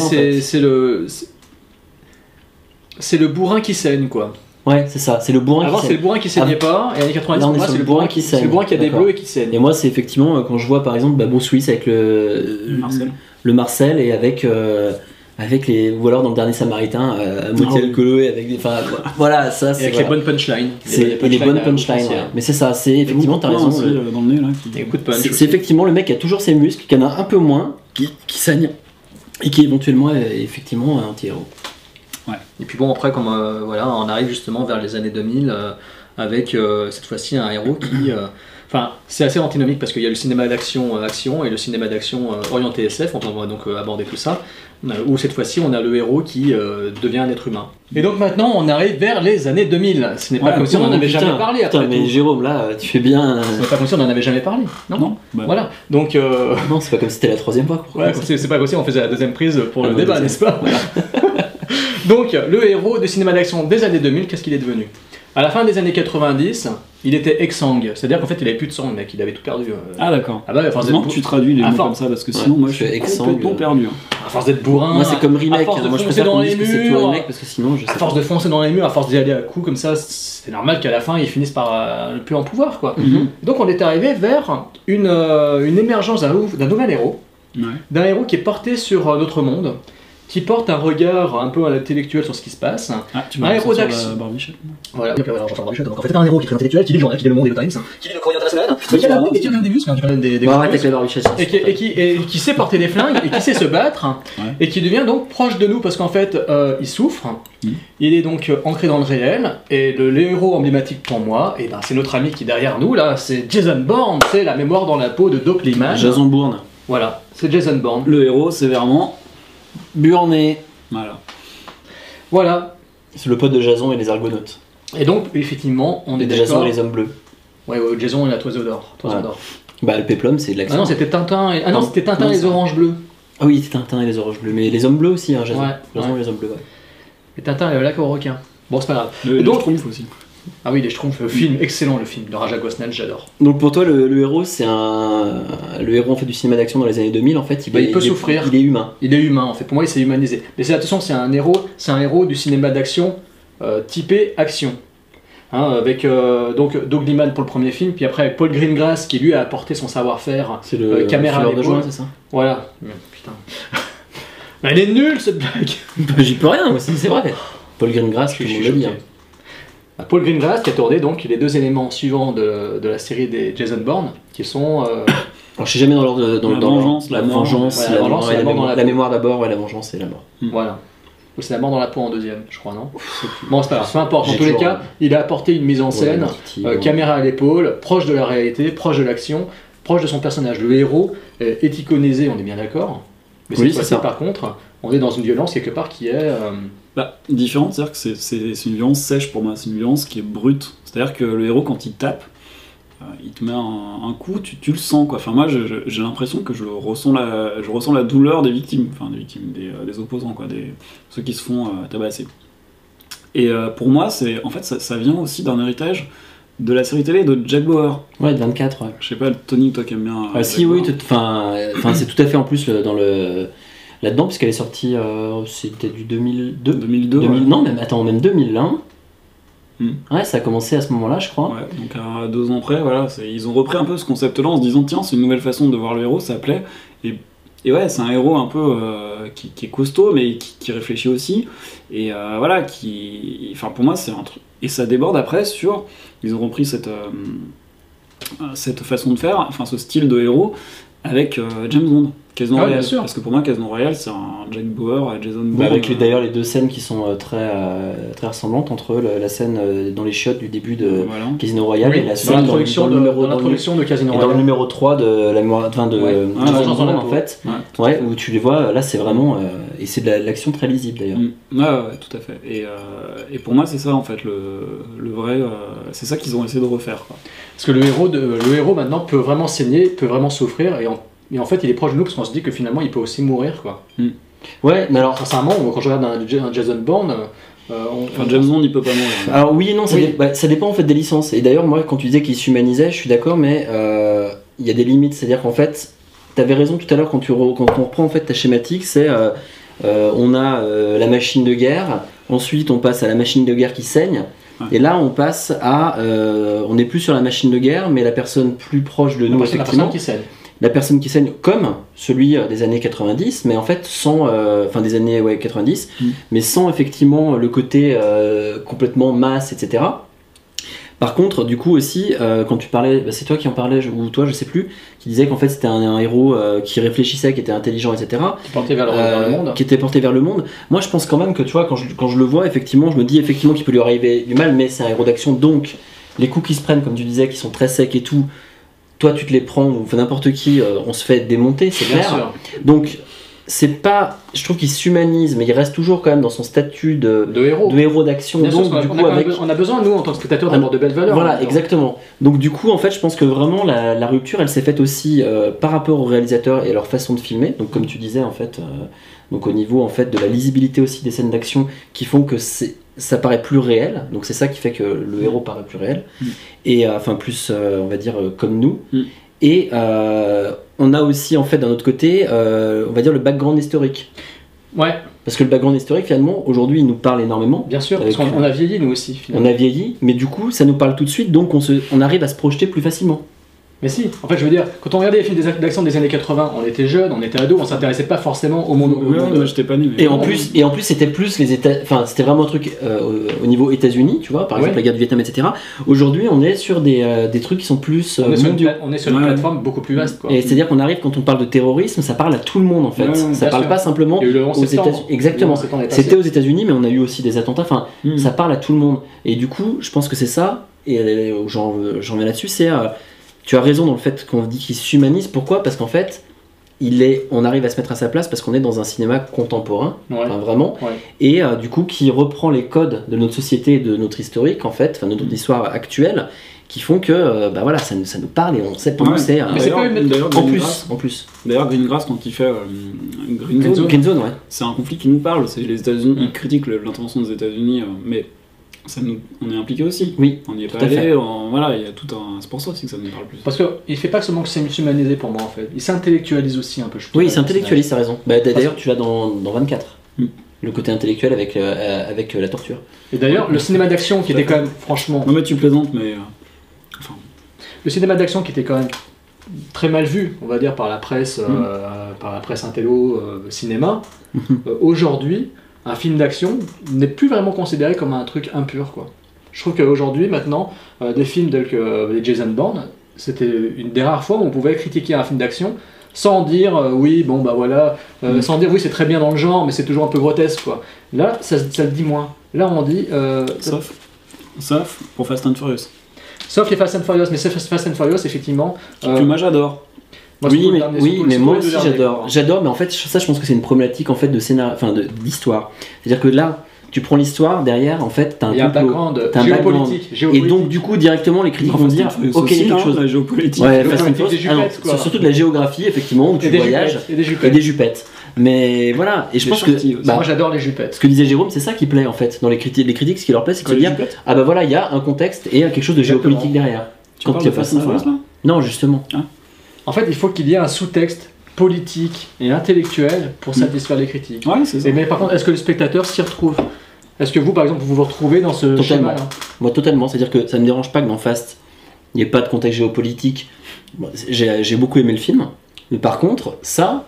le bourrin qui saigne, quoi. Ouais, c'est ça, c'est le bourrin Avant, c'est le bourrin qui saignait pas, et années 90, pour moi, c'est le bourrin qui saigne. C'est le bourrin qui a des bleus et qui saigne. Et moi, c'est effectivement quand je vois par exemple Bruce Willis avec le Marcel et avec les. Ou alors dans le dernier Samaritain, à moitié alcoolo et avec des. Enfin, voilà, ça c'est. Et avec les bonnes punchlines. Et les bonnes punchlines, ouais. Mais c'est ça, c'est effectivement, t'as raison. Dans le nez, là. C'est effectivement le mec qui a toujours ses muscles, qui en a un peu moins, qui saigne, et qui éventuellement est effectivement un anti-héros. Ouais. Et puis bon, après, comme voilà, on arrive justement vers les années 2000 avec cette fois-ci un héros qui. Enfin, c'est assez antinomique parce qu'il y a le cinéma d'action action et le cinéma d'action orienté SF, on va donc aborder tout ça, où cette fois-ci on a le héros qui devient un être humain. Et donc maintenant on arrive vers les années 2000. Ce n'est pas comme si on n'en avait jamais parlé après. Mais Jérôme, là, tu fais bien. Ce n'est pas comme si on n'en avait jamais parlé. Non. Bah. Voilà. Donc. Non, c'est pas comme si c'était la troisième fois. Ouais, c'est pas comme si on faisait la deuxième prise pour le débat, n'est-ce pas? Voilà. Donc, le héros de cinéma d'action des années 2000, qu'est-ce qu'il est devenu? À la fin des années 90, il était exsangue, c'est-à-dire qu'en fait il avait plus de sang, le mec, il avait tout perdu. Ah d'accord. Ah bah, à force d'être tu traduis les mots comme ça parce que sinon moi je suis complètement perdu. À force d'être bourrin, moi c'est comme remake, moi je préfère qu'on dise que c'est tout remake parce que sinon je sais à force de foncer dans les murs, à force d'y aller à coups comme ça, c'est normal qu'à la fin ils finissent par ne plus en pouvoir quoi. Donc on est arrivé vers une émergence d'un nouvel héros, d'un héros qui est porté sur notre monde, qui porte un regard un peu intellectuel sur ce qui se passe. Ah, tu un héros d'action. Voilà, j'entends Barbichette. Donc en fait, c'est un héros qui est très intellectuel, qui lit le journal, qui lit le Monde et le Times, qui lit le Courrier international, qui a des muscles, avec la Barbichette. Et qui sait porter des flingues, et qui sait se battre, et qui devient donc proche de nous, parce qu'en fait, il souffre, il est donc ancré dans le réel, et le héros emblématique pour moi, et ben c'est notre ami qui est derrière nous, là, c'est Jason Bourne, c'est la mémoire dans la peau de Doc Liman. Jason Bourne. Voilà, c'est Jason Bourne. Le héros, c'est vraiment Burné. Voilà. C'est le pote de Jason et les Argonautes. Et donc, effectivement, on est d'accord. Jason et les Hommes Bleus. Ouais, Jason et la Toiseau d'Or. Bah, le Péplum, c'est de l'action. Ah non, c'était Tintin et... c'était Tintin et les Oranges Bleues. Ah oui, c'était Tintin et les Oranges Bleues. Mais les Hommes Bleus aussi, hein, Jason. Jason et les Hommes Bleus, ouais. Et Tintin et le lac aux requins. Bon, c'est pas grave. Et donc, Schtroumpfs aussi. Ah oui, les Schtroumpfs, le film, excellent le film de Raja Gosnell, j'adore. Donc pour toi, le héros, c'est le héros en fait du cinéma d'action dans les années 2000, en fait, il peut souffrir. Il est humain. Il est humain, en fait. Pour moi, il s'est humanisé. Mais attention, c'est un héros du cinéma d'action typé action. Hein, avec donc Doug Liman pour le premier film, puis après avec Paul Greengrass qui lui a apporté son savoir-faire. C'est le caméra à de joint, c'est ça? Voilà. Putain. Elle est nulle cette blague. J'y peux rien, c'est vrai. Paul Greengrass, tout le monde le dit. Paul Greengrass qui a tourné donc les deux éléments suivants de la série des Jason Bourne qui sont. Alors je sais jamais dans l'ordre la vengeance, la mémoire d'abord, la vengeance et la mort. Voilà. Ou c'est la mort dans la peau en deuxième, je crois, non? Bon, c'est pas grave, peu importe. Dans tous les cas, il a apporté une mise en scène, caméra à l'épaule, proche de la réalité, proche de l'action, proche de son personnage. Le héros est iconisé, on est bien d'accord. Mais cette fois-ci, par contre, on est dans une violence quelque part qui est. Différente, c'est-à-dire que c'est une violence sèche pour moi, c'est une violence qui est brute. C'est-à-dire que le héros, quand il tape, il te met un coup, tu le sens quoi. Enfin moi j'ai l'impression que je ressens la douleur des victimes, des opposants quoi, ceux qui se font tabasser. Et pour moi c'est en fait ça vient aussi d'un héritage de la série télé de Jack Bauer. Ouais, de 24. Ouais. Je sais pas, Tony, toi qui aimes bien. Si oui, c'est tout à fait en plus dans le là-dedans puisqu'elle est sortie c'était du 2002. 2002. Non même 2001. Ouais, ça a commencé à ce moment-là, je crois. Ouais, donc à 2 ans près, voilà, ils ont repris un peu ce concept-là en se disant tiens, c'est une nouvelle façon de voir le héros, ça plaît. Et Et ouais, c'est un héros un peu qui est costaud, mais qui réfléchit aussi. Et voilà, enfin pour moi, c'est un truc. Et ça déborde après sur. Ils ont repris cette façon de faire, enfin ce style de héros, avec James Bond. Casino Royale, bien sûr. Parce que pour moi Casino Royale c'est un Jack Bauer et Jason Bourne. Avec d'ailleurs les deux scènes qui sont très ressemblantes entre eux, la scène dans les chiottes du début de Casino Royale et la scène dans l'introduction de Casino Royale. Et dans le numéro 3 de la mémoire de Jason Bourne en fait, où tu les vois, là c'est vraiment et c'est de l'action très lisible d'ailleurs. Ouais, tout à fait. Et pour moi c'est ça en fait le vrai, c'est ça qu'ils ont essayé de refaire quoi. Parce que le héros maintenant peut vraiment saigner, peut vraiment souffrir et en fait, il est proche de nous parce qu'on se dit que finalement, il peut aussi mourir, quoi. Ouais, mais alors... Sincèrement, quand je regarde un Jason Bourne... James Bond, il peut pas mourir. Alors oui et non, ça dépend en fait des licences. Et d'ailleurs, moi, quand tu disais qu'il s'humanisait, je suis d'accord, mais il y a des limites. C'est-à-dire qu'en fait, t'avais raison tout à l'heure quand on reprend en fait ta schématique, c'est on a la machine de guerre, ensuite on passe à la machine de guerre qui saigne, et là on passe à... on n'est plus sur la machine de guerre, mais la personne plus proche de nous, effectivement. La personne qui saigne comme celui des années 90, mais en fait sans, enfin des années 90, mais sans effectivement le côté complètement masse, etc. Par contre, du coup aussi, quand tu parlais, c'est toi qui en parlais, ou toi je sais plus, qui disait qu'en fait c'était un héros qui réfléchissait, qui était intelligent, etc. Qui portait vers le monde. Qui était porté vers le monde. Moi je pense quand même que tu vois, quand je le vois, effectivement, je me dis effectivement qu'il peut lui arriver du mal, mais c'est un héros d'action, donc les coups qui se prennent, comme tu disais, qui sont très secs et tout, toi tu te les prends, ou n'importe qui, on se fait démonter, c'est clair. Sûr. Donc c'est pas, je trouve qu'il s'humanise, mais il reste toujours quand même dans son statut de héros d'action. Donc du coup, on a besoin nous en tant que spectateurs d'avoir de belles valeurs. Voilà, exactement. Donc du coup, en fait, je pense que vraiment la rupture, elle s'est faite aussi par rapport aux réalisateurs et leur façon de filmer. Donc comme tu disais, en fait, donc au niveau en fait de la lisibilité aussi des scènes d'action, qui font que ça paraît plus réel. Donc c'est ça qui fait que le héros paraît plus réel et enfin plus, on va dire comme nous. Et on a aussi en fait d'un autre côté, on va dire le background historique. Ouais. Parce que le background historique finalement aujourd'hui il nous parle énormément. Bien sûr, parce qu'on a vieilli nous aussi. Finalement. On a vieilli, mais du coup ça nous parle tout de suite, donc on arrive à se projeter plus facilement. Mais si, en fait je veux dire, quand on regardait les films d'action des années 80, on était jeunes, on était ados, on s'intéressait pas forcément au monde. Ouais, j'étais pas né. Et en plus c'était plus les États, enfin c'était vraiment un truc au niveau États-Unis, tu vois, par exemple la guerre du Vietnam, etc. Aujourd'hui on est sur des trucs qui sont plus mondiaux. On est sur une plateforme beaucoup plus vaste, quoi. Et c'est-à-dire qu'on arrive, quand on parle de terrorisme, ça parle à tout le monde en fait. Ça parle pas simplement aux États-Unis. Exactement. C'était aux États-Unis, mais on a eu aussi des attentats. Enfin, ça parle à tout le monde. Et du coup, je pense que c'est ça. Et j'en reviens là-dessus, c'est tu as raison dans le fait qu'on dit qu'il s'humanise. Pourquoi ? Parce qu'en fait, on arrive à se mettre à sa place parce qu'on est dans un cinéma contemporain, enfin, vraiment, et du coup qui reprend les codes de notre société et de notre historique, en fait, enfin de notre histoire actuelle, qui font que bah voilà, ça nous parle et on sait pour nous c'est mais c'est pas en plus. D'ailleurs, Greengrass, quand il fait Green Zone, ouais. C'est un conflit qui nous parle. C'est les États-Unis, ils critiquent l'intervention des États-Unis, mais on est impliqué aussi. Oui, on y est pas allé. Voilà, il y a tout un. C'est pour ça aussi que ça nous parle plus. Parce qu'il fait pas seulement que s'humaniser pour moi en fait. Il s'intellectualise aussi un peu. Oui, il s'intellectualise, t'as raison. Bah, d'ailleurs, tu l'as dans 24. Le côté intellectuel avec la torture. Et d'ailleurs, le cinéma d'action qui était quand même, franchement. Non mais tu plaisantes, mais. Enfin. Le cinéma d'action qui était quand même très mal vu, on va dire, par la presse intello, cinéma. Aujourd'hui, un film d'action n'est plus vraiment considéré comme un truc impur, quoi. Je trouve qu'aujourd'hui, maintenant, des films tels que les Jason Bourne, c'était une des rares fois où on pouvait critiquer un film d'action sans dire oui, bon bah voilà, sans dire oui, c'est très bien dans le genre, mais c'est toujours un peu grotesque, quoi. Là, ça le dit moins. Là, on dit. Sauf pour Fast and Furious. Sauf les Fast and Furious, mais Fast and Furious, effectivement. Moi, j'adore. Mais moi aussi j'adore, mais en fait ça je pense que c'est une problématique en fait de scénario, enfin d'histoire. C'est-à-dire que là tu prends l'histoire derrière, en fait t'as un background géopolitique. Et donc du coup directement les critiques vont dire ok, il y a quelque chose de géopolitique. Ouais, c'est surtout de la géographie effectivement où tu voyages et des jupettes. Mais voilà, et je pense que moi j'adore les jupettes. Ce que disait Jérôme, c'est ça qui plaît en fait dans les critiques, ce qui leur plaît, c'est de se dire ah bah voilà, il y a un contexte et quelque chose de géopolitique derrière. Quand tu fais ça, non justement. En fait, il faut qu'il y ait un sous-texte politique et intellectuel pour satisfaire les critiques. Ouais, c'est ça. Mais par contre, est-ce que le spectateur s'y retrouve ? Est-ce que vous, par exemple, vous vous retrouvez dans ce schéma là ? Moi, totalement. C'est-à-dire que ça ne me dérange pas que dans Fast, il n'y ait pas de contexte géopolitique. Bon, j'ai beaucoup aimé le film. Mais par contre, ça,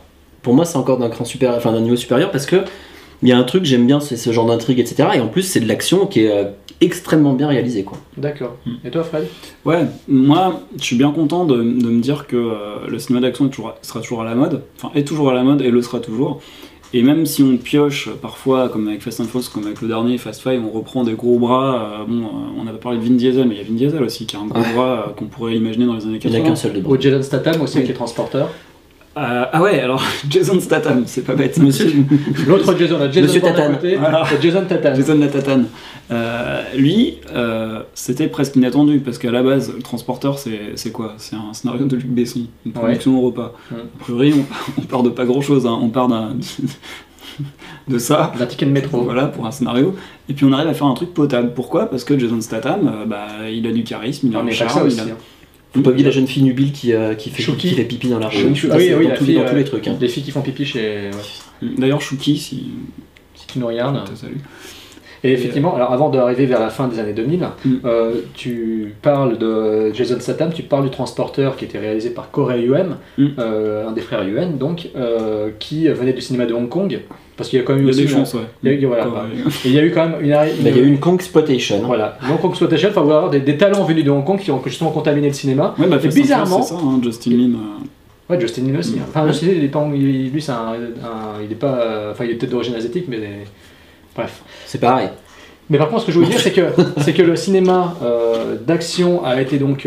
pour moi c'est encore d'un niveau supérieur parce que il y a un truc, j'aime bien ce genre d'intrigue, etc. Et en plus c'est de l'action qui est extrêmement bien réalisée, quoi. D'accord. Et toi, Fred? Ouais, moi je suis bien content de me dire que le cinéma d'action sera toujours à la mode, enfin est toujours à la mode et le sera toujours. Et même si on pioche parfois, comme avec Fast and Furious, comme avec le dernier Fast Five, on reprend des gros bras. On avait parlé de Vin Diesel, mais il y a Vin Diesel aussi qui a un gros bras qu'on pourrait imaginer dans les années 80. Il n'y a qu'un seul de bras. Ou Jason Statham aussi avec les transporteurs. Ah ouais, alors Jason Statham, c'est pas bête. L'autre Jason, Monsieur Tatane. Voilà. Jason Tatane. Jason la Tatane. Lui, c'était presque inattendu parce qu'à la base, le transporteur, c'est quoi? C'est un scénario de Luc Besson, une production au repas. A priori, on part de pas grand chose, hein. On part de ça. D'un ticket de métro. Voilà, pour un scénario. Et puis on arrive à faire un truc potable. Pourquoi? Parce que Jason Statham, il a du charisme, il a du charme. Faut pas oublier la jeune fille nubile qui fait pipi dans la rue. Ah oui, dans tous les trucs. Hein. Les filles qui font pipi chez. D'ailleurs, Chouki, si tu nous regardes. Salut. Et effectivement, alors avant d'arriver vers la fin des années 2000, tu parles de Jason Statham, tu parles du transporteur qui était réalisé par Corey Yuen, un des frères Yuen, donc, qui venait du cinéma de Hong Kong. Parce qu'il y a quand même eu aussi. Des chances, ouais. Il y a eu quand même une. Il y a eu une Kongsploitation. Voilà, une Kongsploitation, enfin, voilà, des talents venus de Hong Kong qui ont justement contaminé le cinéma. Ouais, et bizarrement. C'est ça, hein, Justin Lin. Ouais, Justin Lin aussi. Enfin, Justin Lin, lui, c'est il est pas. Enfin, il est peut-être d'origine asiatique, mais. Bref. C'est pareil. Mais par contre, ce que je veux dire, c'est que le cinéma d'action a été donc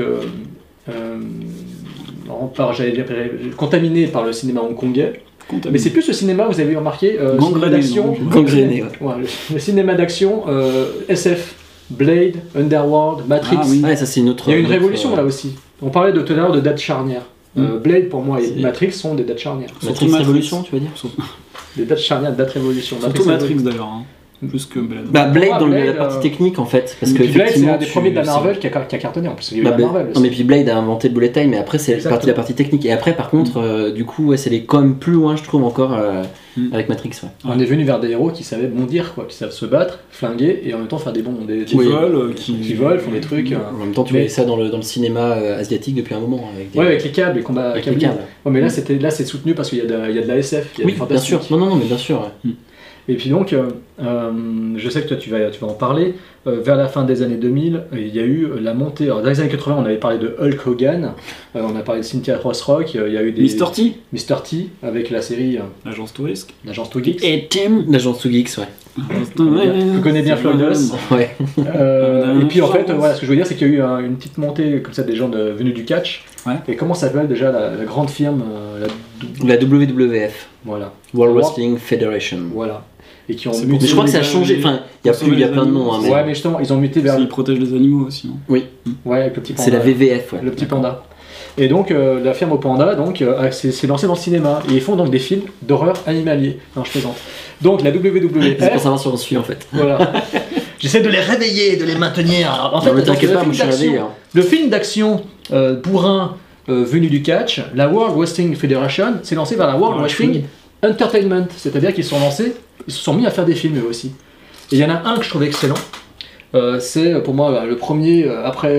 contaminé par le cinéma hongkongais. Mais c'est plus le cinéma, vous avez remarqué, cinéma d'action. Gangréné, ouais. Le cinéma d'action SF, Blade, Underworld, Matrix. Ah, oui. Ouais, ça c'est une autre. Il y a une révolution là aussi. On parlait tout à l'heure de date charnière. Blade pour moi et Matrix sont des dates charnières. Matrix Révolution, tu veux dire? Des dates charnières, date révolution. Surtout Matrix d'ailleurs. Hein. Plus que Blade. Blade dans la partie technique en fait. Parce que Blade c'est un des premiers de la Marvel qui a cartonné en plus. Il y a eu la Marvel aussi. Non mais puis Blade a inventé le bullet time, mais après c'est la partie technique. Et après par contre, du coup, ouais, c'est les quand même plus loin je trouve encore avec Matrix. Ouais. On est venu vers des héros qui savaient bondir, quoi, qui savent se battre, flinguer et en même temps faire des bons. Qui volent, qui volent, font des trucs. En même temps, tu voyais ça dans le cinéma asiatique depuis un moment. Avec les câbles, les combats avec les câbles. Ouais, mais là c'est soutenu parce qu'il y a de la SF. Oui, bien sûr. Non, mais bien sûr. Et puis donc, je sais que toi tu vas en parler, vers la fin des années 2000, il y a eu la montée, alors dans les années 80 on avait parlé de Hulk Hogan, on a parlé de Cynthia Rothrock, il y a eu des... Mr. T, avec la série... L'Agence Touriste. L'Agence Two Geeks. Et Tim. L'Agence Two Geeks, ouais. Tu connais bien Floydus. Ouais. Et puis en fait, voilà, ce que je veux dire c'est qu'il y a eu une petite montée comme ça des gens venus du catch. Ouais. Et comment s'appelle déjà la grande firme la WWF. Voilà. World Wrestling Federation. Voilà. Et qui ont muté. Je crois que ça a changé. Enfin, il y a plein de noms. Hein, mais... Ouais, mais justement, ils ont muté vers. Ils protègent les animaux aussi. Hein. Oui. Ouais, avec le petit panda. C'est la WWF, ouais. Le petit panda. Et donc, la firme au panda, donc, s'est lancée dans le cinéma. Et ils font donc des films d'horreur animalier. Non, je plaisante. Donc, la WWF. C'est pour savoir si on suit en fait. Voilà. J'essaie de les réveiller, de les maintenir. Alors, en fait, ne t'inquiète pas, moi je suis réveillé. Le film d'action bourrin venu du catch, la World Wrestling Federation, s'est lancée vers la World Wrestling Entertainment. C'est-à-dire qu'ils se sont mis à faire des films eux aussi. Et il y en a un que je trouve excellent. C'est pour moi le premier après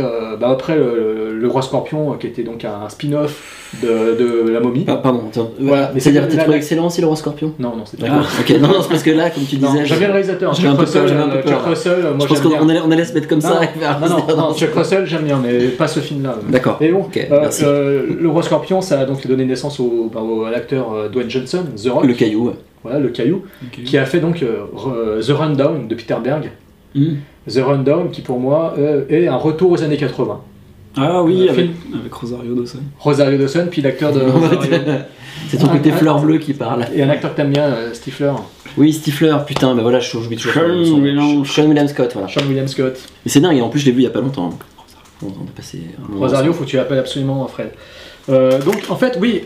le Roi Scorpion qui était donc un spin-off de la momie. Pardon, voilà. Mais c'est-à-dire que tu trouves excellent aussi le Roi Scorpion? Non, c'est d'accord. Ok, non, c'est parce que là, comme tu disais. J'aime bien le réalisateur. J'ai un peu peur. Moi, je pense qu'on allait se mettre comme ça. Non, Chuck Russell, j'aime bien, mais pas ce film-là. D'accord. Et bon, le Roi Scorpion, ça a donc donné naissance à l'acteur Dwayne Johnson, The Rock. Le Caillou. Voilà, le Caillou, qui a fait donc The Rundown de Peter Berg. The Rundown qui pour moi est un retour aux années 80. Ah oui, avec Rosario Dawson. Rosario Dawson, puis l'acteur de... C'est ton côté fleur bleue qui parle. Et un acteur que t'aimes bien, Stifler. Oui, Stifler, putain, bah voilà, j'oublie toujours. Sean William Scott, voilà. Sean William Scott. Et c'est dingue, et en plus je l'ai vu il y a pas longtemps. On a passé Rosario, faut que tu l'appelles absolument Fred. Donc en fait, oui...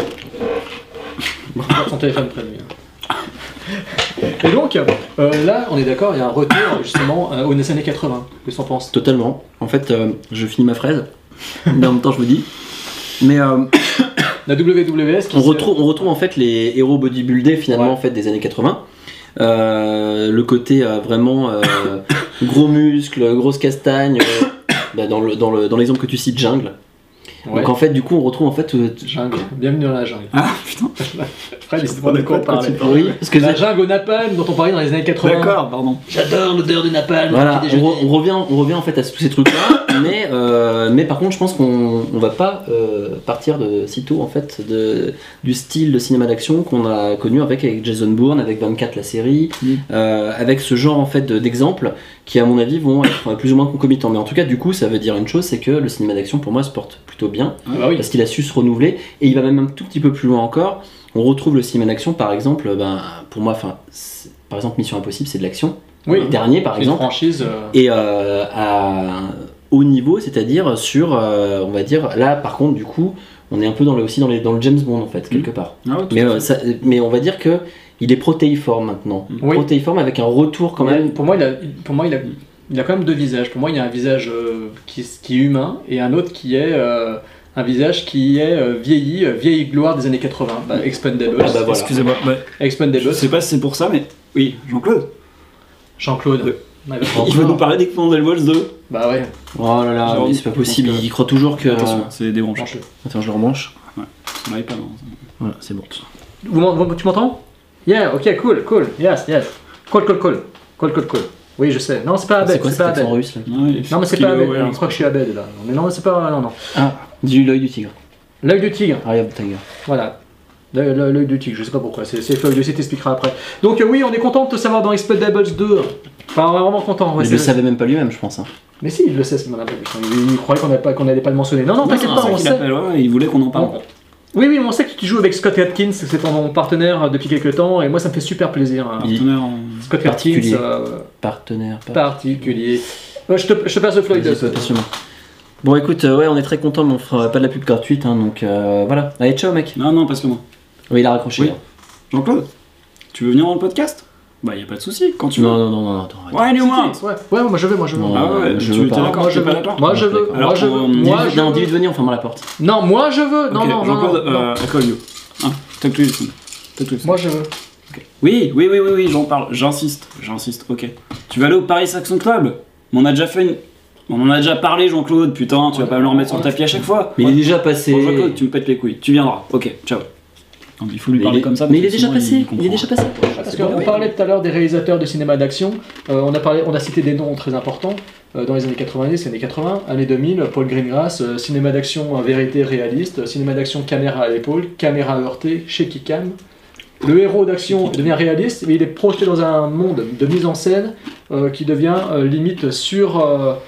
Son téléphone près de lui. Et donc, là, on est d'accord, il y a un retour justement aux années 80. Qu'est-ce qu'on pense? Totalement. En fait, je finis ma fraise, mais en même temps, je me dis. Mais la WWS. On retrouve en fait les héros bodybuildés finalement en fait des années 80. Le côté vraiment gros muscles, grosse castagne. Dans l'exemple que tu cites, jungle. Donc en fait, du coup, on retrouve en fait. Jungle. Bienvenue dans la jungle. Ah putain. Fred, il se demande de quoi on parlait. Oui, parce que la jungle au napalm dont on parlait dans les années 80. D'accord, pardon. J'adore l'odeur du napalm. Voilà, on revient en fait à tous ces trucs-là, mais par contre, je pense qu'on va pas partir de sitôt en fait du style de cinéma d'action qu'on a connu avec Jason Bourne, avec 24 la série, avec ce genre en fait d'exemples qui à mon avis vont être plus ou moins concomitants. Mais en tout cas, du coup, ça veut dire une chose, c'est que le cinéma d'action pour moi se porte plutôt bien, parce qu'il a su se renouveler, et il va même un tout petit peu plus loin encore. On retrouve le cinéma d'action, par exemple, pour moi, par exemple Mission Impossible, c'est de l'action. Le dernier, par exemple. Franchise, et à haut niveau, c'est-à-dire sur, on va dire, là par contre, du coup, on est un peu dans le James Bond en fait, quelque part. Mais on va dire que il est protéiforme maintenant. Protéiforme avec un retour quand même. Pour moi, il a quand même deux visages. Pour moi, il y a un visage qui est humain et un autre qui est un visage qui est vieille gloire des années 80. Expendables. Voilà. Excusez-moi. Expendables. Je sais pas si c'est pour ça, mais oui, Jean-Claude. Il veut nous parler d'Expendables 2. Bah ouais. Oh là là, mais c'est pas possible. Il croit toujours que. Attention, c'est débranché. Attends, je le rebranche. Ouais. On n'arrive pas. Voilà, c'est bon. Tu m'entends? Yeah, ok, cool. Yes. Cool. Oui, je sais. Non, c'est pas Abed. C'est quoi cet accent russe là? Non, mais c'est pas Abed. Je crois que je suis Abed là. Mais non, c'est pas. Non. Ah, dis l'œil du tigre. L'œil du tigre. Eye of the Tiger. Voilà. L'œil du tigre, je sais pas pourquoi. C'est Floyd Lucy t'expliquera après. Donc, oui, on est content de te savoir dans Expendables 2. Enfin, on est vraiment content. Mais il le savait même pas lui-même, je pense. Mais si, il le sait, il croyait qu'on n'allait pas le mentionner. Non, t'inquiète pas, on sait. Il voulait qu'on en parle. Oui, on sait que tu joues avec Scott Atkins, c'est ton partenaire depuis quelques temps, et moi ça me fait super plaisir. Scott Atkins, partenaire particulier. Je te passe le Floyd. Bon, écoute, on est très content, mais on fera pas de la pub gratuite, donc voilà. Allez, ciao, mec. Non, parce que moi. Oui, il a raccroché. Oui. Jean-Claude, tu veux venir dans le podcast? Bah, y a pas de souci, quand tu veux. Non, attends. Ouais, Néo-Moins. Ouais, moi je veux. Ah ouais, tu es d'accord? Moi je veux. Non, dis-lui de venir, on ferme la porte. Non, moi je veux. Non, Jean-Claude, I call you. Talk to you. Moi je veux. Oui, j'en parle, j'insiste, ok. Tu vas aller au Paris Saxon Club? On en a déjà parlé, Jean-Claude, putain, tu vas pas me le remettre sur le tapis à chaque fois. Mais il est déjà passé. Bon, Jean-Claude, tu me pètes les couilles, tu viendras, ok, ciao. Il faut lui parler comme ça. Mais il est déjà passé. Parce qu'on parlait tout à l'heure des réalisateurs de cinéma d'action. On a cité des noms très importants dans les années 90, années 80, années 2000. Paul Greengrass, cinéma d'action vérité réaliste, cinéma d'action caméra à l'épaule, caméra heurtée, shaky cam. Le héros d'action devient réaliste, mais il est projeté dans un monde de mise en scène qui devient limite sur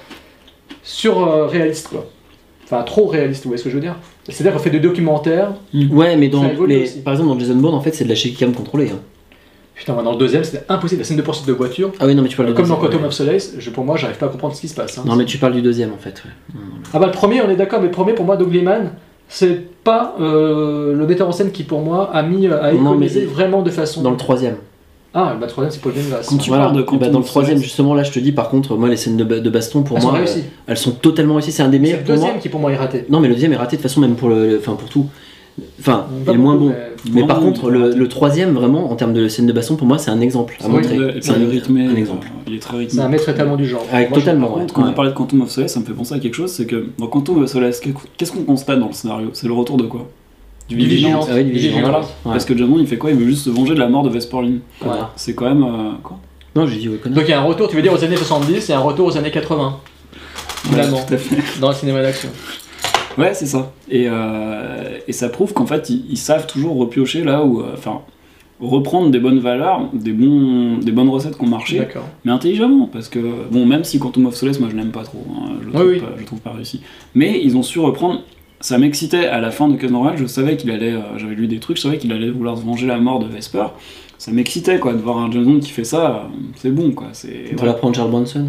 réaliste, quoi. Enfin, trop réaliste, vous voyez ce que je veux dire? C'est-à-dire qu'on fait des documentaires. Ouais, mais par exemple, dans Jason Bourne, en fait, c'est de la shaky cam contrôlée. Putain, dans le deuxième, c'était impossible. La scène de poursuite de voiture. Ah oui, non, mais tu parles du comme deuxième. Comme dans Quantum of Solace, pour moi, j'arrive pas à comprendre ce qui se passe. Non, mais tu parles du deuxième, en fait. Ouais. Ah bah, le premier, on est d'accord, mais le premier, pour moi, Doug Liman, c'est pas le metteur en scène qui, pour moi, a iconisé vraiment de façon. Dans le troisième. Ah, le troisième, c'est Paul Greengrass. Quand tu parles de dans le troisième, justement, là, je te dis, par contre, moi, les scènes de baston, pour moi, elles sont totalement réussies. C'est un des meilleurs. C'est le deuxième qui, pour moi, est raté. Non, mais le deuxième est raté de toute façon, même pour tout. Enfin, il est le moins bon. Mais par contre, le troisième, vraiment, en termes de scène de baston, pour moi, c'est un exemple à montrer. C'est un exemple. Il est très rythmé. C'est un maître totalement du genre. Totalement. Quand on parlait de Quantum of Solace, ça me fait penser à quelque chose, c'est que dans Quantum of Solace, qu'est-ce qu'on constate dans le scénario? C'est le retour de quoi? Du vigilance. Ah oui, du vigilance. Parce que Jason Bourne, il fait quoi? Il veut juste se venger de la mort de Vesperlin. C'est quand même quoi? Non, j'ai dit ouais, donc il y a un retour, tu veux dire, aux années 70 et un retour aux années 80. Finalement. Tout à fait. Dans le cinéma d'action. Ouais, c'est ça. Et ça prouve qu'en fait, ils savent toujours repiocher là où. Reprendre des bonnes valeurs, des bonnes recettes qui ont marché, mais intelligemment. Parce que, bon, même si Quantum of Solace, moi je l'aime pas trop, je le trouve pas réussi. Mais ils ont su reprendre. Ça m'excitait à la fin de Casino Royale, je savais qu'il allait. J'avais lu des trucs, je savais qu'il allait vouloir se venger la mort de Vesper. Ça m'excitait, quoi, de voir un James Bond qui fait ça, c'est bon, quoi. On peut la prendre Charles Bronson.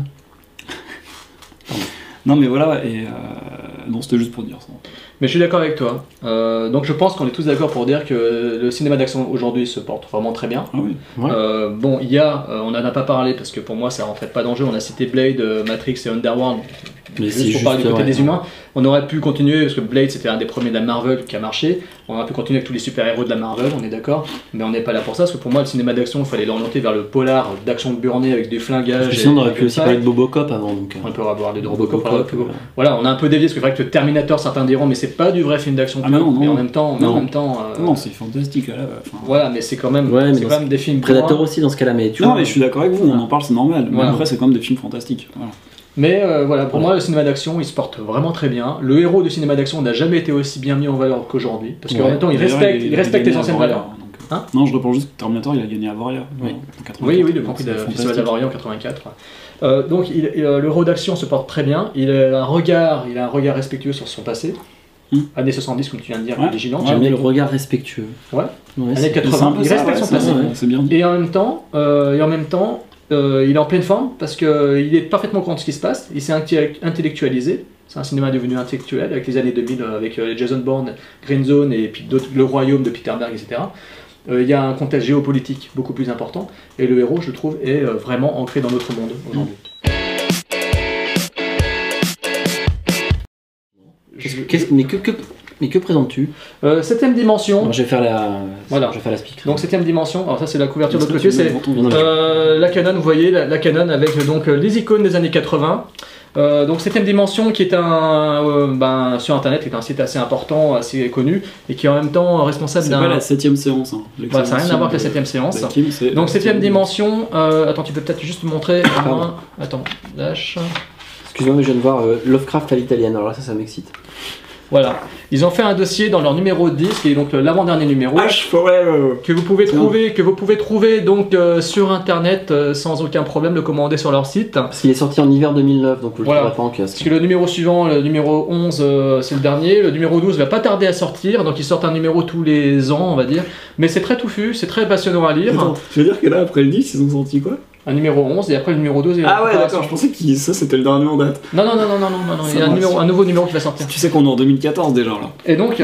Non mais voilà, non, c'était juste pour dire ça. Mais je suis d'accord avec toi. Donc je pense qu'on est tous d'accord pour dire que le cinéma d'action aujourd'hui se porte vraiment très bien. Ah oui. Ouais. On n'en a pas parlé parce que pour moi ça rentrait pas dans le jeu. On a cité Blade, Matrix et Underworld. Mais juste pour parler du côté des humains. On aurait pu continuer, parce que Blade c'était un des premiers de la Marvel qui a marché, on aurait pu continuer avec tous les super-héros de la Marvel, on est d'accord, mais on n'est pas là pour ça, parce que pour moi le cinéma d'action, il fallait l'orienter vers le polar d'action burné avec des flingages. Sinon on aurait pu aussi parler de Bobocop avant. Donc, on peut avoir des Robocop. Voilà, on a un peu dévié, parce que c'est vrai que Terminator, certains diront, mais c'est pas du vrai film d'action pur, mais en même temps... Non, c'est fantastique. Voilà, mais c'est quand même, quand même des films... Predator aussi dans ce cas-là, mais tu vois... Non, mais je suis d'accord avec vous, on en parle, c'est normal, mais après c'est quand même des films fantastiques. Mais voilà, pour moi, le cinéma d'action, il se porte vraiment très bien. Le héros de cinéma d'action n'a jamais été aussi bien mis en valeur qu'aujourd'hui, parce qu'en même temps, il respecte les anciennes valeurs. Non, je réponds juste que Terminator, il a gagné Avoria. Oui, le Grand Prix de Festival d'Avoria en 84. Donc, le héros d'action se porte très bien. Il a un regard respectueux sur son passé. Années 70, comme tu viens de dire, vigilant. J'aime bien le regard respectueux. Années 80, il respecte son passé. Et en même temps, il est en pleine forme parce qu'il est parfaitement au courant de ce qui se passe, il s'est intellectualisé, c'est un cinéma devenu intellectuel avec les années 2000, avec Jason Bourne, Green Zone et puis Le Royaume de Peter Berg, etc. Il y a un contexte géopolitique beaucoup plus important et le héros, je trouve, est vraiment ancré dans notre monde aujourd'hui. Mais que présentes-tu? 7ème dimension. Alors, je vais faire la speak. Donc 7ème dimension, alors ça c'est la couverture de l'autre côté, c'est la Canon, vous voyez, la Canon avec donc les icônes des années 80. Donc 7ème dimension qui est sur internet, est un site assez important, assez connu, et qui est en même temps responsable d'un... C'est pas la 7ème séance. Voilà, ça n'a rien à voir avec la 7ème séance. Donc 7ème dimension, attends, tu peux peut-être juste montrer... Attends, lâche... Excuse-moi, mais je viens de voir Lovecraft à l'italienne, alors là ça m'excite. Voilà, ils ont fait un dossier dans leur numéro 10, qui est donc l'avant-dernier numéro, que vous pouvez trouver donc sur internet sans aucun problème, le commander sur leur site. Parce qu'il est sorti en hiver 2009, donc vous le trouverez pas en kiosque. Parce que le numéro suivant, le numéro 11, c'est le dernier, le numéro 12 va pas tarder à sortir, donc ils sortent un numéro tous les ans, on va dire. Mais c'est très touffu, c'est très passionnant à lire. Attends, je veux dire que là, après le 10, ils ont sorti quoi? Un numéro 11 et après le numéro 12 et Ah ouais, d'accord, je pensais que ça c'était le dernier en date. Non, il y a un nouveau numéro qui va sortir. Tu sais qu'on est en 2014 déjà là. Et donc,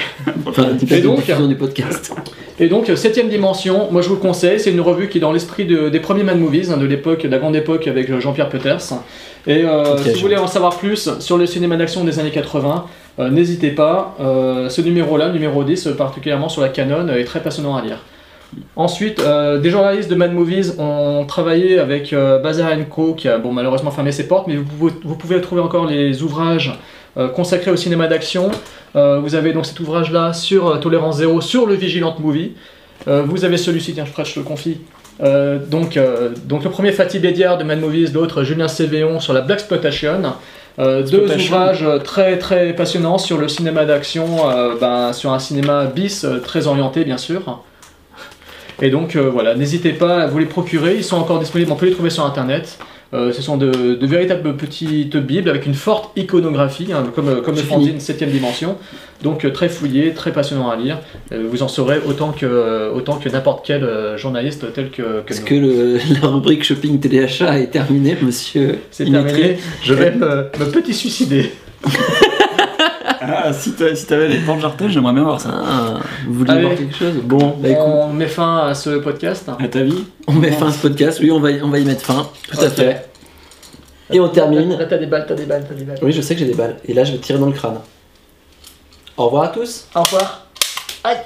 du podcast. Et donc 7ème dimension, moi je vous le conseille, c'est une revue qui est dans l'esprit des premiers Mad Movies, de l'époque, de la grande époque avec Jean-Pierre Peters. Et si vous voulez en savoir plus sur le cinéma d'action des années 80, n'hésitez pas, ce numéro-là, le numéro 10, particulièrement sur la Canon, est très passionnant à lire. Ensuite, des journalistes de Mad Movies ont travaillé avec Bazar & Co qui a malheureusement fermé ses portes, mais vous pouvez trouver encore les ouvrages consacrés au cinéma d'action. Vous avez donc cet ouvrage-là sur Tolérance Zéro, sur le Vigilant Movie. Vous avez celui-ci, tiens, je te le confie. Donc le premier Fatih Bédiar de Mad Movies, l'autre Julien Cévéon sur la Blaxploitation. Deux ouvrages très très passionnants sur le cinéma d'action, sur un cinéma bis très orienté bien sûr. Et donc voilà, n'hésitez pas à vous les procurer, ils sont encore disponibles, on peut les trouver sur internet. Ce sont de véritables petites bibles avec une forte iconographie, comme le fanzine 7ème dimension. Donc très fouillé, très passionnant à lire. Vous en saurez autant que n'importe quel journaliste tel que Est-ce que la rubrique shopping téléachat est terminée, monsieur? C'est terminé, je vais me petit suicider. Ah, si t'avais les planches d'artège, j'aimerais bien voir ça. Vous voulez voir quelque chose? Bon, on met fin à ce podcast. À ta vie? On met fin à ce podcast, oui, on va y mettre fin. Tout à fait. Et on termine. Là, t'as des balles. Oui, je sais que j'ai des balles. Et là, je vais tirer dans le crâne. Au revoir à tous. Au revoir. Aïe.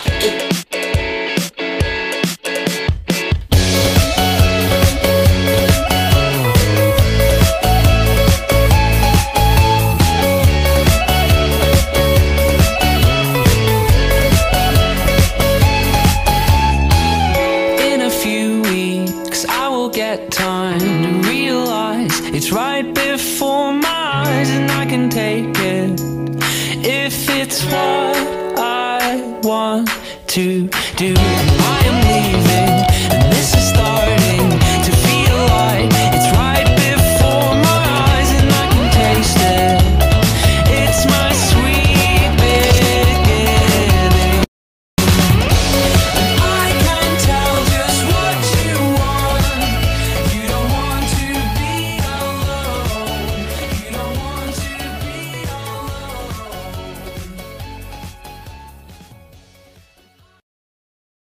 It's right before my eyes and I can take it if it's what I want to do. I am leaving.